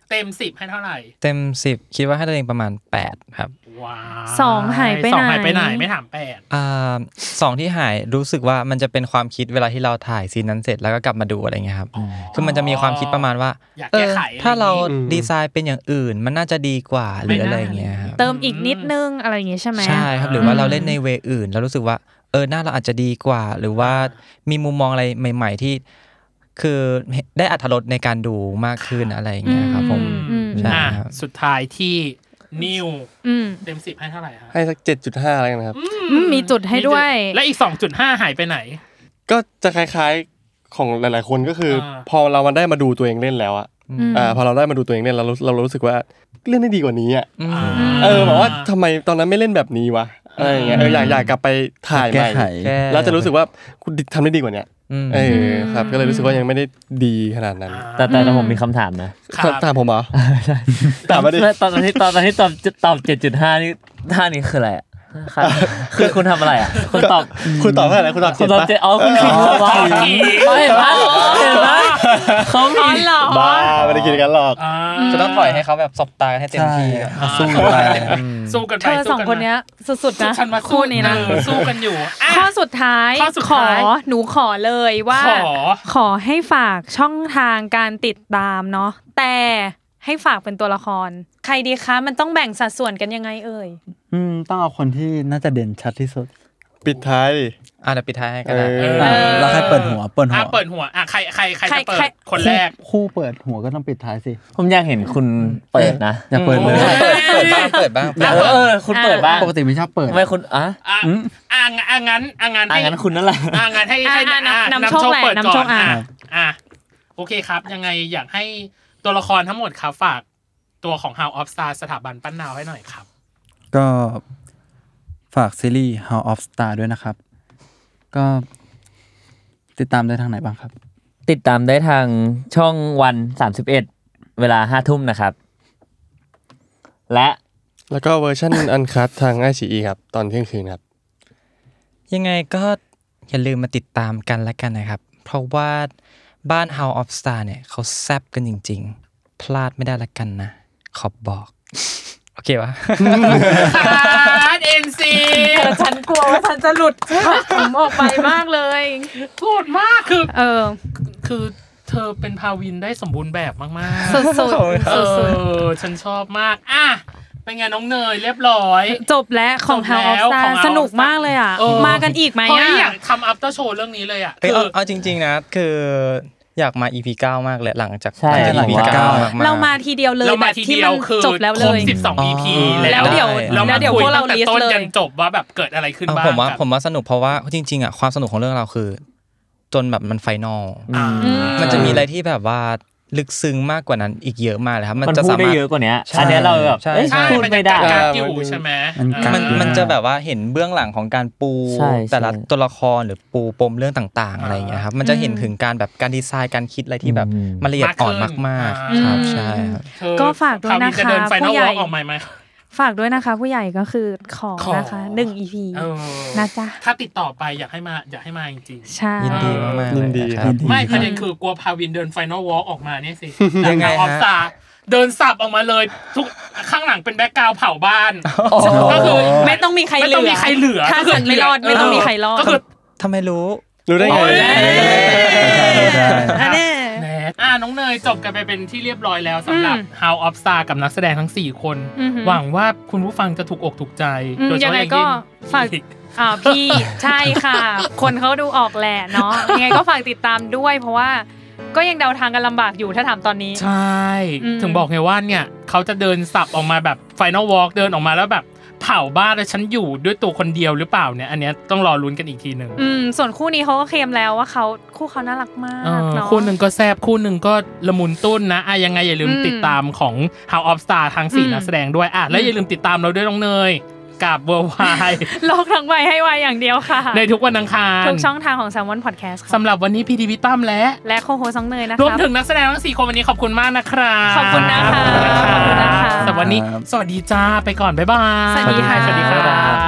เต็มสิบให้เท่าไหร่เต็มสิบคิดว่าให้ตัวเองประมาณแปดครับว้าวสองหายไปไหนสองหายไปไหนไม่ถามแปดอ่าสองที่หายรู้สึกว่ามันจะเป็นความคิดเวลาที่เราถ่ายซีนนั้นเสร็จแล้วก็กลับมาดูอะไรเงี้ยครับคือมันจะมีความคิดประมาณว่าเออถ้าเราดีไซน์เป็นอย่างอื่นมันน่าจะดีกว่าหรืออะไรเงี้ยเติมอีกนิดนึงอะไรอย่างเงี้ยใช่ไหมใช่ครับหรือว่าเราเล่นในเวอื่นแล้วรู้สึกว่าเออหน้าเราอาจจะดีกว่าหรือว่ามีมุมมองอะไรใหม่ๆที่คือได้อรรถรสในการดูมากขึ้นอะไรอย่างเงี้ยครับผมใช่ครับสุดท้ายที่นิวเต็มสิบให้เท่าไหร่ครับให้สัก เจ็ดจุดห้า แล้วกันครับมีจุดให้ด้วยและอีก สองจุดห้า หายไปไหนก็จะคล้ายๆของหลายๆคนก็คือพอเรามาได้มาดูตัวเองเล่นแล้วอ่ะอ่าพอเราได้มาดูตัวเองเล่นเราเรารู้สึกว่าเล่นได้ดีกว่านี้อ่ะเออแบบว่าทำไมตอนนั้นไม่เล่นแบบนี้วะอะไรอย่างเงี้ยเอออยากอยากกลับไปถ่ายใหม่แล้วจะรู้สึกว่าคุณทำได้ดีกว่านี้เออครับก็เลยรู้สึกว่ายังไม่ได้ดีขนาดนั้นแต่แต่ผมมีคำถามนะถามผมเหรอใช่ตอนตอนที่ตอนที่ตอบตอบ เจ็ดจุดห้า นี่ท่านี้คืออะไรอ่ะคือคุณทำอะไรอ่ะคุณตอบคุณตอบเท่าไหร่คุณตอบเจ็ดป่ะอ๋อคุณคิดว่าเห็นป่ะเห็นป่ะเขามีหรอบ้าไม่ได้คิดกันหรอกจะต้องปล่อยให้เขาแบบสบตากันให้เต็มที่สู้กันไปสู้กันไปเธอสองคนเนี้ยสุดๆนะคู่นี้นะสู้กันอยู่ข้อสุดท้ายขอหนูขอเลยว่าขอให้ฝากช่องทางการติดตามเนาะแต่ให้ฝากเป็นตัวละครใครดีคะมันต้องแบ่งสัดส่วนกันยังไงเอ่ยอืมต้องเอาคนที่น่าจะเด่นชัดที่สุดปิดท้ายอ่ะเดี๋ยวปิดท้ายให้ก็ได้แล้วใครเปิดหัวเปิดหัวเปิดหัวอ่ะใครใครใครจะเปิดคนแรกคู่เปิดหัวก็ต้องปิดท้ายสิผมอยากเห็นคุณเปิดนะอยากเปิดเลยเปิดบ้างเปิดบ้างเออคุณเปิดบ้างปกติไม่ชอบเปิดไม่คุณอ่ะอ่ะอ่ะงั้นอ่ะงั้นให้งั้นคุณนั่นแหละอ่ะงั้นให้ให้นำโชคเปิดก่อนอ่ะอ่ะโอเคครับยังไงอยากให้ตัวละครทั้งหมดครับฝากตัวของ House of Stars สถาบันปั้นดาวให้หน่อยครับก็ฝากซีรีส์ House of Stars ด้วยนะครับก็ติดตามได้ทางไหนบ้างครับติดตามได้ทางช่องวันสามสิบเอ็ดเวลา ห้าทุ่มนะครับและแล้วก็เวอร์ชั่นอันคัททาง ไอ ซี อี ครับตอนเที่ยงคืนครับยังไงก็อย่าลืมมาติดตามกันละกันนะครับเพราะว่าบ้าน House of Stars เนี่ยเขาแซ่บกันจริงๆพลาดไม่ได้ละกันนะขอบอกโอเควะเอ็นซีแต่ฉันกลัวว่าฉันจะหลุดผมออกไปมากเลยโกรธมากคือเออคือเธอเป็นภาวินได้สมบูรณ์แบบมากๆสุดๆเออฉันชอบมากอ่ะเป็นไงน้องเนยเรียบร้อยจบแล้วของ House of Stars สนุกมากเลยอ่ะมากันอีกไหมอ่ะอยากทำ after show เรื่องนี้เลยอ่ะคือเอาจริงๆนะคืออยากมา อี พี เก้ามากเลยหลังจากอีพี เก้าเรามาทีเดียวเลยแบบที่มันจบแล้วเลยสิบสอง อี พีแล้วเดี๋ยวแล้วเดี๋ยวพวกเราลิสต์เลยจนจบว่าแบบเกิดอะไรขึ้นบ้างผมว่าผมว่าสนุกเพราะว่าจริงๆอ่ะความสนุกของเรื่องเราคือจนแบบมันไฟนอลมันจะมีอะไรที่แบบว่าลึกซึ้งมากกว่านั้นอีกเยอะมากเลยครับมันจะสามารถได้เยอะกว่านี้อันนี้เราแบบเอ้ยพูดไม่ได้อยู่ใช่ไหมมันมันจะแบบว่าเห็นเบื้องหลังของการปูแต่ละตัวละครหรือปูปมเรื่องต่างๆอะไรอย่างเงี้ยครับมันจะเห็นถึงการแบบการดีไซน์การคิดอะไรที่แบบมันละเอียดอ่อนมากๆครับใช่ครับก็ฝากด้วยนะคะผู้ใหญ่ออกใหม่ไหมฝากด้วยนะคะผู้ใหญ่ก็คือขอนะคะหนึ่ง อี พี นะจ๊ะถ้าติดต่อไปอยากให้มาอยากให้มาจริงๆใช่ยินดีมากๆยินดีครับไม่ประเด็นคือกลัวพาวินเดินไฟนอลวอล์กออกมาเนี่ยสิยังไงออฟตาเดินสับออกมาเลยทุกข้างหลังเป็นแบ็คกราวด์เผาบ้านก็คือไม่ต้องมีใครเหลือไม่ต้องมีใครเหลือถ้าฉันไม่รอดไม่ต้องมีใครรอดก็คือทำไมรู้รู้ได้ไงอันนี้อ่าน้องเนยจบกันไปเป็นที่เรียบร้อยแล้วสำหรับ House of Stars กับนักแสดงทั้งสี่คนหวังว่าคุณผู้ฟังจะถูกอกถูกใจโดยเฉพาะอย่างยิ่งฝากอ่าพี่ใช่ค่ะคนเขาดูออกแหละเนาะยังไงก็ฝากติดตามด้วยเพราะว่าก็ยังเดาทางกันลำบากอยู่ถ้าถามตอนนี้ใช่ถึงบอกไงว่าเนี่ยเขาจะเดินสับออกมาแบบ Final Walk เดินออกมาแล้วแบบเผาบ้านแล้วฉันอยู่ด้วยตัวคนเดียวหรือเปล่าเนี่ยอันเนี้ยต้องรอลุ้นกันอีกทีนึงอืมส่วนคู่นี้เขาก็เคลมแล้วว่าเขาคู่เขาน่ารักมากเนาะคู่นึงก็แซ่บคู่นึงก็ละมุนตุ้นนะอ่ะยังไงอย่าลืมติดตามของ House of Stars ทั้งสี่นักแสดงด้วยอ่ะแล้วอย่าลืมติดตามเราด้วยน้องเนยกับ Worldwide โลกทั้งใบให้วายอย่างเดียวค่ะในทุกวันอังคารทุกช่องทางของ Salmon Podcast ค่ะสำหรับวันนี้พี่ทีพี่ตั้มและและโคโฮซองเนยนะคะรวมถึงนักแสดงทั้งสี่คนวันนี้ขอบคุณมากนะครับขอบคุณนะคะขอบคุณนะคะสำหรับวันนี้สวัสดีจ้าไปก่อนบ๊ายบายสวัสดีค่ะสวัสดีครับ